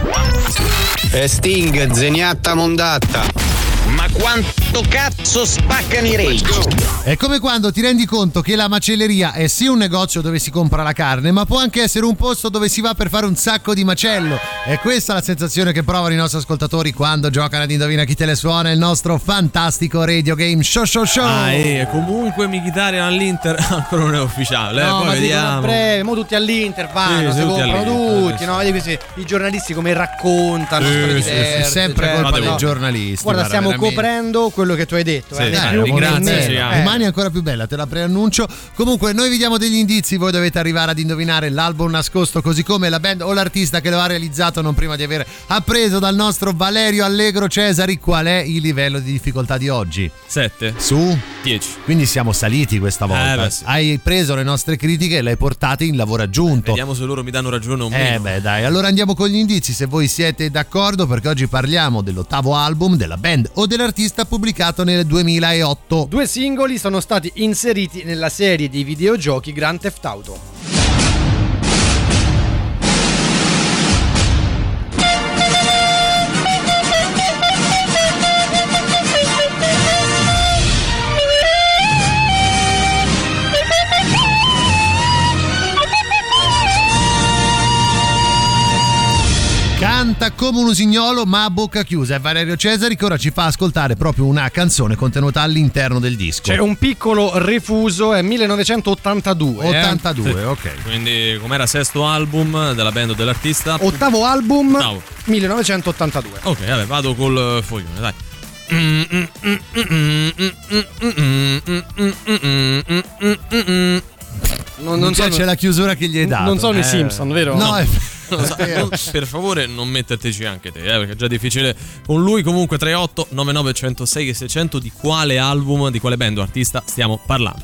Sting, Zeniatta Mondatta. Ma quanto cazzo spaccano i Rage? È come quando ti rendi conto che la macelleria è sì un negozio dove si compra la carne, ma può anche essere un posto dove si va per fare un sacco di macello. È questa la sensazione che provano i nostri ascoltatori quando giocano ad Indovina chi te le suona, il nostro fantastico radio game show. Comunque Mkhitaryan all'Inter ancora non è ufficiale, no, poi ma vediamo. A breve, mo tutti all'Inter vanno, si comprano tutti, no? Vedi questi i giornalisti come raccontano storie diverse, è sempre colpa dei giornalisti. Guarda, stiamo coprendo quello che tu hai detto. Sì, grazie. Domani è ancora più bella, te la preannuncio. Comunque noi vi diamo degli indizi, voi dovete arrivare ad indovinare l'album nascosto, così come la band o l'artista che lo ha realizzato, non prima di aver appreso dal nostro Valerio Allegro Cesari qual è il livello di difficoltà di oggi. 7 su 10. Quindi siamo saliti questa volta. Sì. Hai preso le nostre critiche e le hai portate in lavoro aggiunto. Vediamo se loro mi danno ragione o meno. Dai, allora andiamo con gli indizi, se voi siete d'accordo, perché oggi parliamo dell'8º album della band o dell'artista pubblicato nel 2008. 2 singoli sono stati inseriti nella serie di videogiochi Grand Theft Auto. Canta come un usignolo ma a bocca chiusa. È Valerio Cesari che ora ci fa ascoltare proprio una canzone contenuta all'interno del disco. C'è un piccolo refuso, è 1982. 82, ok. Quindi com'era, sesto album della band o dell'artista? 8º album, 1982. Ok, vabbè, vado col foglione, dai. Non so, c'è la chiusura che gli hai dato. Non sono i Simpson, vero? No, per favore non metterteci anche te, perché è già difficile con lui. Comunque 38 99 106 e 600, di quale album, di quale band o artista stiamo parlando?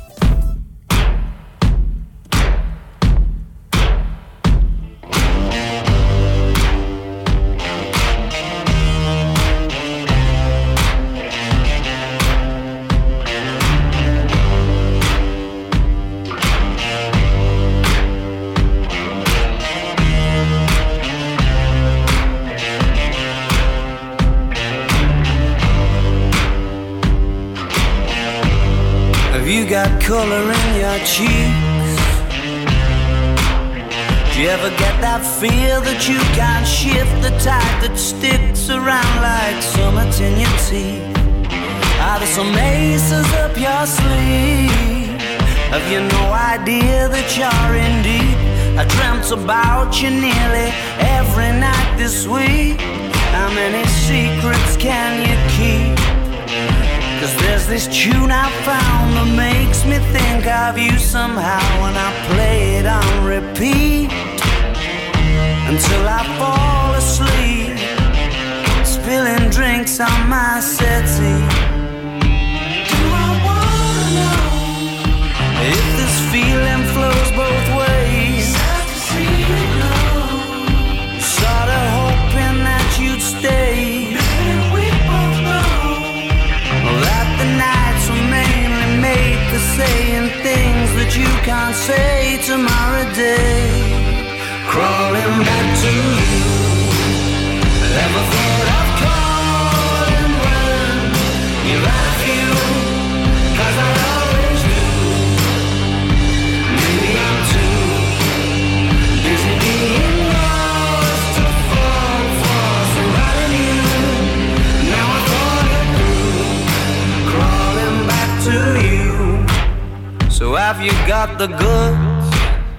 Got color in your cheeks. Do you ever get that feel that you can't shift, the type that sticks around like summits in your teeth? Are there some aces up your sleeve? Have you no idea that you're in deep? I dreamt about you nearly every night this week. How many secrets can you keep? 'Cause there's this tune I found that makes me think of you somehow, and I play it on repeat until I fall asleep, spilling drinks on my settee. Do I wanna know if this feeling flows both ways? Sad to see you go. Sorta hoping that you'd stay. That the nights were mainly made for saying things that you can't say tomorrow day. Crawling back to you. Never thought of calling when you're at you, 'cause I always do. Maybe I'm too busy being lost to fall for somebody new. Now I thought it through, crawling back to you. So have you got the goods?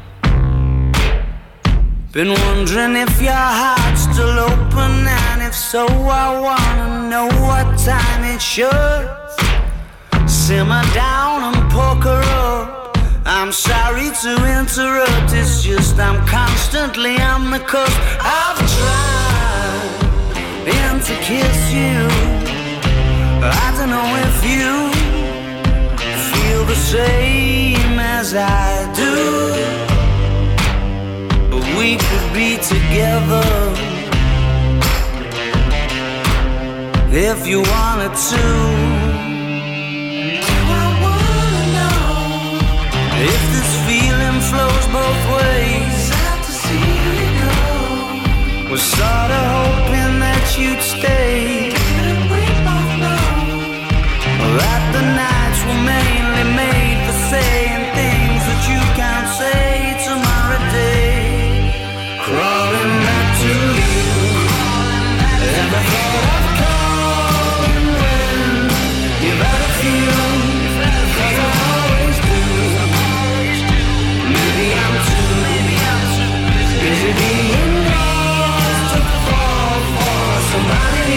Been wondering if your heart's still open, and if so, I wanna know what time it should. Simmer down and poker up. I'm sorry to interrupt, it's just I'm constantly on the cusp. I've tried to kiss you. I don't know if you feel the same as I do, but we could be together if you wanted to. I wanna know if this feeling flows both ways. Sad to see you go. Was sorta hoping that you'd stay. Didn't we both know that the nights were mainly made for saying things that you can't say tomorrow day. Crawling back to you. Never thought of calling when you've had a few, 'cause I always do. Maybe I'm too busy being lost to fall for somebody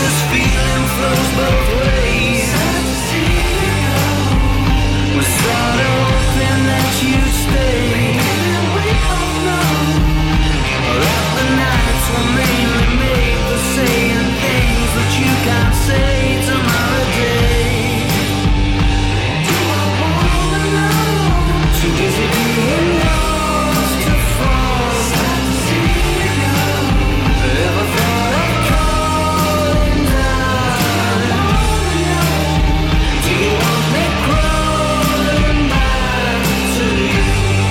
this feeling flows both ways. Was sort of hoping that you'd stay. Or that the nights were mainly made for saying things that you can't say tomorrow day. Do I wanna know? Too busy being lost to fall. Sad to see you go. Ever thought of calling down? Do you want me crawling back to you?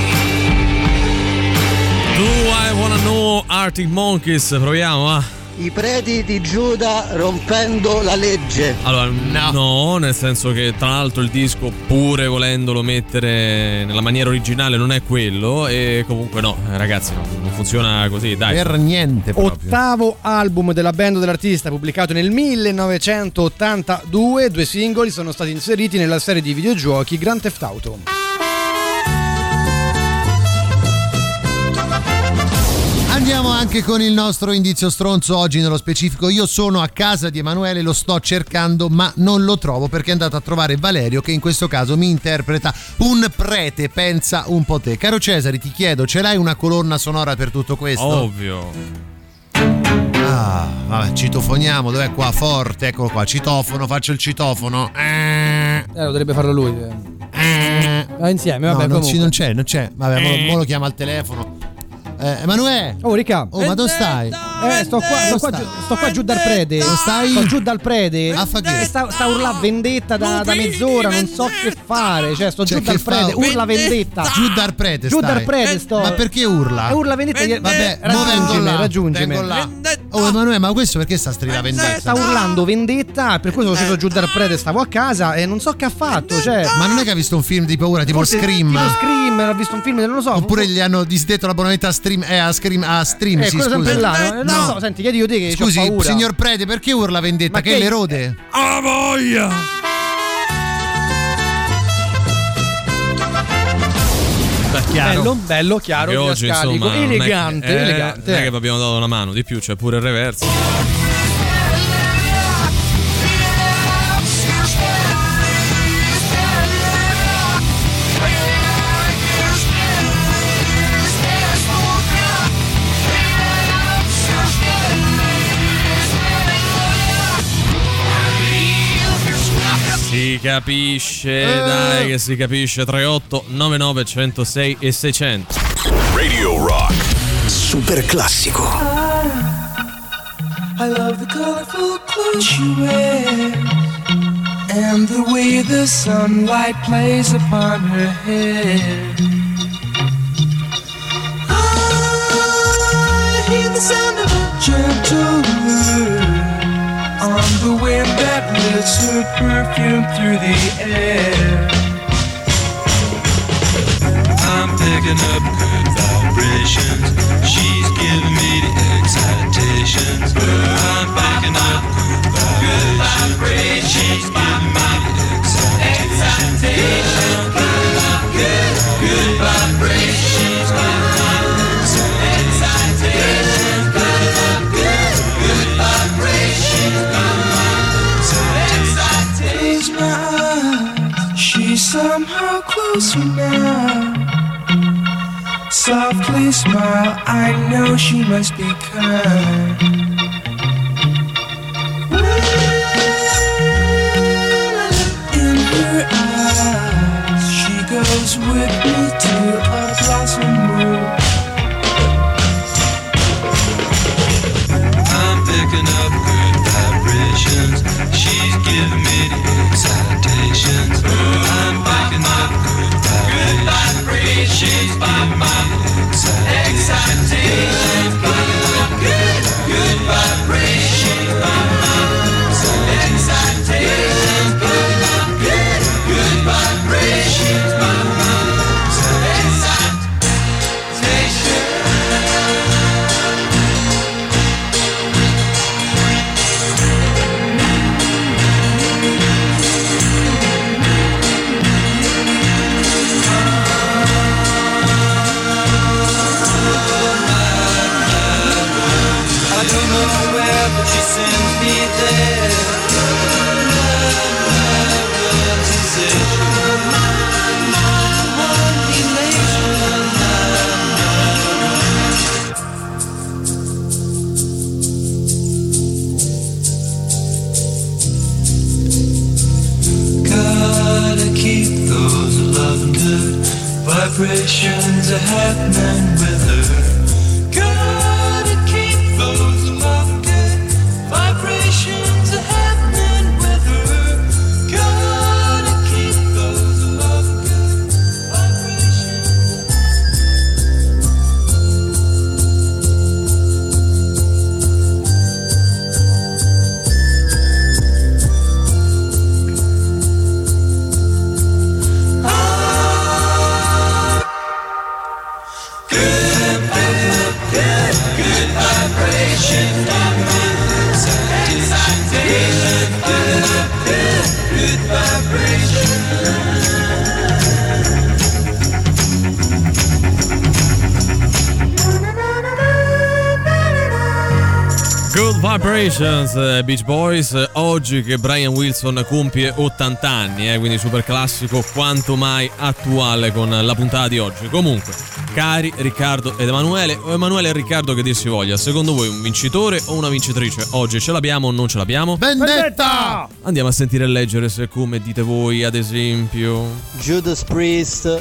Do I Wanna Know, Arctic Monkeys, proviamo, va. I preti di Giuda rompendo la legge. Allora, no, nel senso che tra l'altro il disco, pure volendolo mettere nella maniera originale, non è quello. E comunque no, ragazzi, no, non funziona così, dai. Per niente proprio. Ottavo album della band dell'artista, pubblicato nel 1982. 2 singoli sono stati inseriti nella serie di videogiochi Grand Theft Auto. Andiamo anche con il nostro indizio stronzo oggi nello specifico. Io sono a casa di Emanuele, lo sto cercando ma non lo trovo perché è andato a trovare Valerio, che in questo caso mi interpreta un prete. Pensa un po' te. Caro Cesare, ti chiedo, ce l'hai una colonna sonora per tutto questo? Ovvio. Ah, vabbè, citofoniamo, dov'è qua? Forte, eccolo qua, citofono, faccio il citofono. Lo dovrebbe farlo lui. Insieme, vabbè, no, non c'è. Vabbè, mo lo chiama al telefono. Emanuele! Oh, Ricca! Oh, ma dove stai? Sto qua giù dal prede. Sto giù dal prede. Sta urlando vendetta da mezz'ora, non so che fare. Cioè, sto giù dal prede, urla vendetta. Giù dal prede, giù dal prede sto. Ma perché urla? Urla vendetta. Vabbè, raggiungimi. Oh, Emanuele, ma questo perché sta strillando vendetta? Sta urlando vendetta, per questo sono sceso giù dal prede, stavo a casa e non so che ha fatto. Cioè, ma non è che ha visto un film di paura, tipo Scream? Tipo Scream, ha visto un film, non lo so. Oppure gli hanno disdetto l'abbonamento a Stream. A Stream, sì, quello sempre là. No. Non so, senti, chiedi io te che scusi, c'ho paura. Signor prete, perché urla vendetta? Ma che le rode? A voglia! Bello, chiaro, oggi, insomma, elegante. Non è che vi abbiamo dato una mano di più, c'è pure il reverso. Si capisce, dai che si capisce. 38 99 106 e 600. Radio Rock super classico. I love the colorful clothes she wears and the way the sunlight plays upon her hair. I hear the sound of a gentle word on the wind that lifts her perfume through the air. I'm picking up good vibrations. She's giving me the excitations. I'm picking up good vibrations. She's giving me the excitations. Good vibrations. She's giving me the excitations. Good vibrations. Close my eyes, she's somehow closer now. Softly smile, I know she must be kind. In her eyes, she goes with me to a blossom room. I'm picking up good vibrations. She's giving me the excitations. I'm picking up good vibrations. She's giving me the excitations. Good vibrations are happening with her. Gotta keep those love good vibrations are happening with her. Gotta keep those love good vibrations. Good Vibrations, Beach Boys. Oggi che Brian Wilson compie 80 anni, quindi super classico quanto mai attuale con la puntata di oggi. Comunque, cari Riccardo ed Emanuele, o Emanuele e Riccardo che dir si voglia, secondo voi un vincitore o una vincitrice? Oggi ce l'abbiamo o non ce l'abbiamo? Vendetta! Andiamo a sentire e leggere se come dite voi, ad esempio Judas Priest,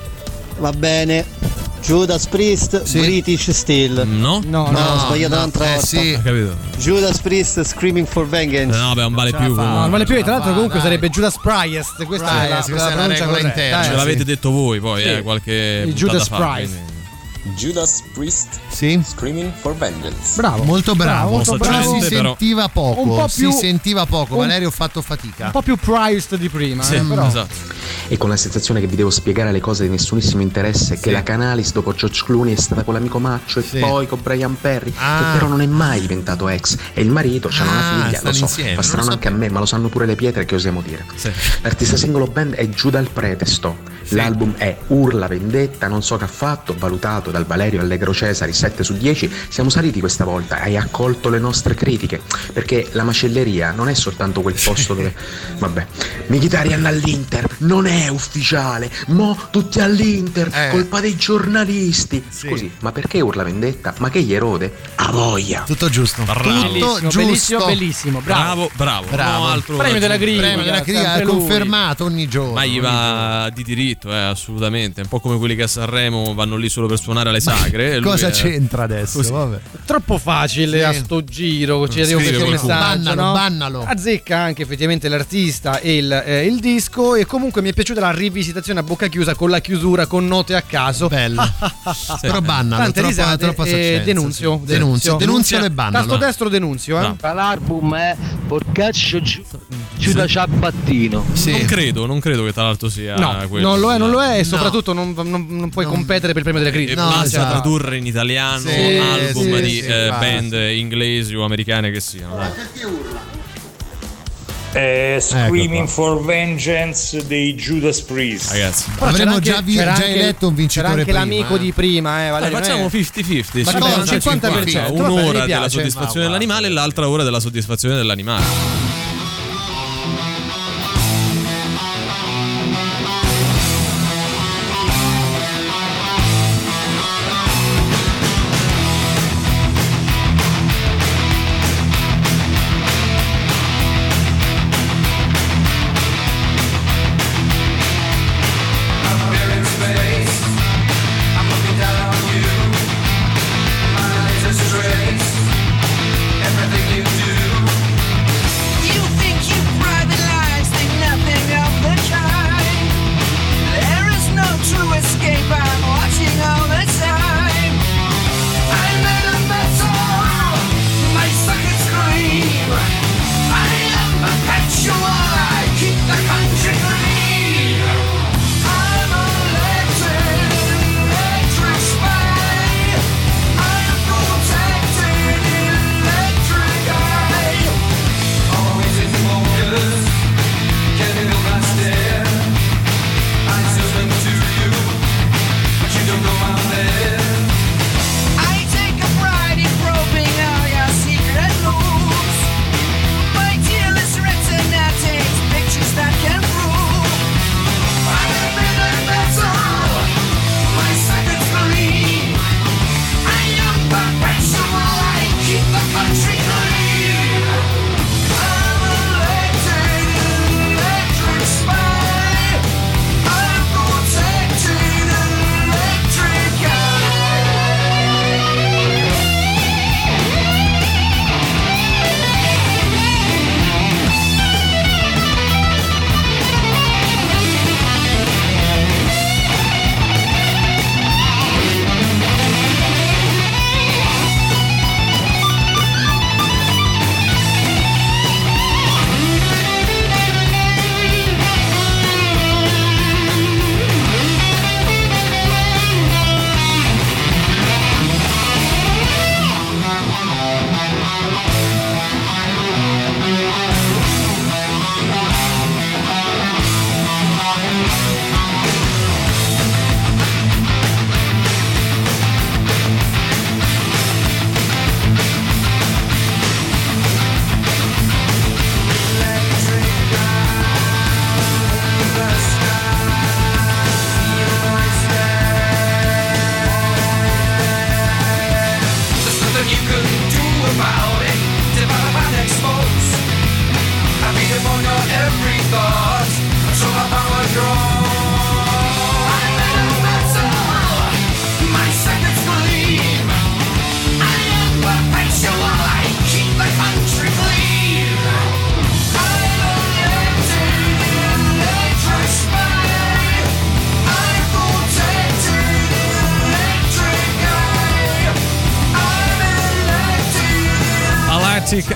va bene. Judas Priest, sì. British Steel. No, ho sbagliato un'altra volta. Sì. Capito. Judas Priest, Screaming for Vengeance. No, beh, non vale più. Non vale più, e tra l'altro comunque sarebbe Judas Priest. Questa è la pronuncia corretta. Ce l'avete detto voi poi, qualche Judas Priest. Judas Priest, sì. Screaming for Vengeance. Bravo, molto bravo. Però si sentiva poco. Un po' più, si sentiva poco. Valerio, ho fatto fatica. Un po' più Priest di prima. Sì, però. Esatto. E con la sensazione che vi devo spiegare le cose di nessunissimo interesse, che la Canalis dopo George Clooney è stata con l'amico Maccio e poi con Brian Perry, che però non è mai diventato ex, e il marito c'ha una figlia, lo so, insieme, fa strano anche a me, ma lo sanno pure le pietre, che osiamo dire. L'artista singolo band è Giuda il Pretesto, l'album è Urla Vendetta, non so che ha fatto, valutato dal Valerio Allegro Cesari 7 su 10, siamo saliti questa volta, hai accolto le nostre critiche, perché la macelleria non è soltanto quel posto dove, vabbè, Mkhitaryan all'Inter, non è ufficiale, mo tutti all'Inter, colpa dei giornalisti. Scusi, ma perché Urla Vendetta? Ma che gli erode? A voglia. Tutto giusto. Tutto giusto. Bellissimo. Bravo. No, altro premio della critica confermato ogni giorno. Ma gli va di diritto, assolutamente. Un po' come quelli che a Sanremo vanno lì solo per suonare alle sagre. Cosa c'entra adesso? Vabbè. Troppo facile a sto giro. Ci arriva questo messaggio. Bannalo. Azzecca anche effettivamente l'artista e il disco. E comunque mi è piaciuta la rivisitazione a bocca chiusa con la chiusura con note a caso. Bello. Però bannalo. Tante risate. Troppa saccenza. Denunzio e bannalo. Tasto destro denunzio. L'album è Porcaccio Giuda Ciabattino. Non credo che tra l'altro sia quello. Non lo è e soprattutto non puoi competere per il premio delle critiche. Basta tradurre in italiano album di band inglesi o americane che siano. Perché urla? Screaming for Vengeance dei Judas Priest. Ragazzi, avremmo già eletto un vincitore. C'era anche l'amico di prima, Valerio. Facciamo 50-50. Ma 50%. Un'ora della soddisfazione dell'animale e l'altra ora della soddisfazione dell'animale.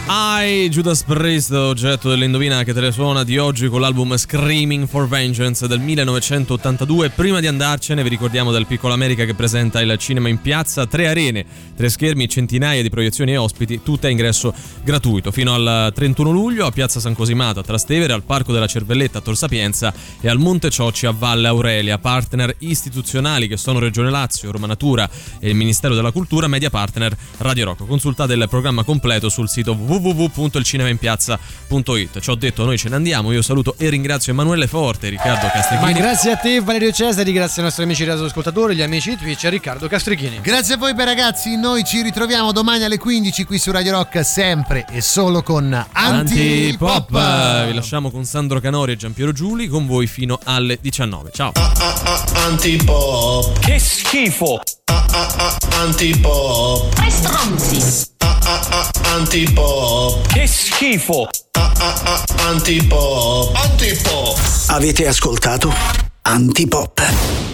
Judas Priest, oggetto dell'indovina che te le suona di oggi con l'album Screaming for Vengeance del 1982. Prima di andarcene vi ricordiamo del Piccolo America che presenta il cinema in piazza, 3 arene, 3 schermi, centinaia di proiezioni e ospiti, tutte a ingresso gratuito fino al 31 luglio a Piazza San Cosimato a Trastevere, al Parco della Cervelletta a Tor Sapienza e al Monte Ciocci a Valle Aurelia. Partner istituzionali che sono Regione Lazio, Roma Natura e il Ministero della Cultura, media partner Radio Rock. Consultate il programma completo sul sito www.ilcinemainpiazza.it. Ci ho detto, noi ce ne andiamo. Io saluto e ringrazio Emanuele Forte e Riccardo Castrichini. Ma grazie a te Valerio Cesari, grazie ai nostri amici radioascoltatori, gli amici di Twitch e Riccardo Castrichini. Grazie a voi ragazzi, noi ci ritroviamo domani alle 15 qui su Radio Rock, sempre e solo con Antipop. Vi lasciamo con Sandro Canori e Giampiero Giuli, con voi fino alle 19. Ciao. Antipop. Che schifo. Antipop. Tre stronzi. Antipop. Che schifo. Antipop. Antipop. Avete ascoltato Antipop.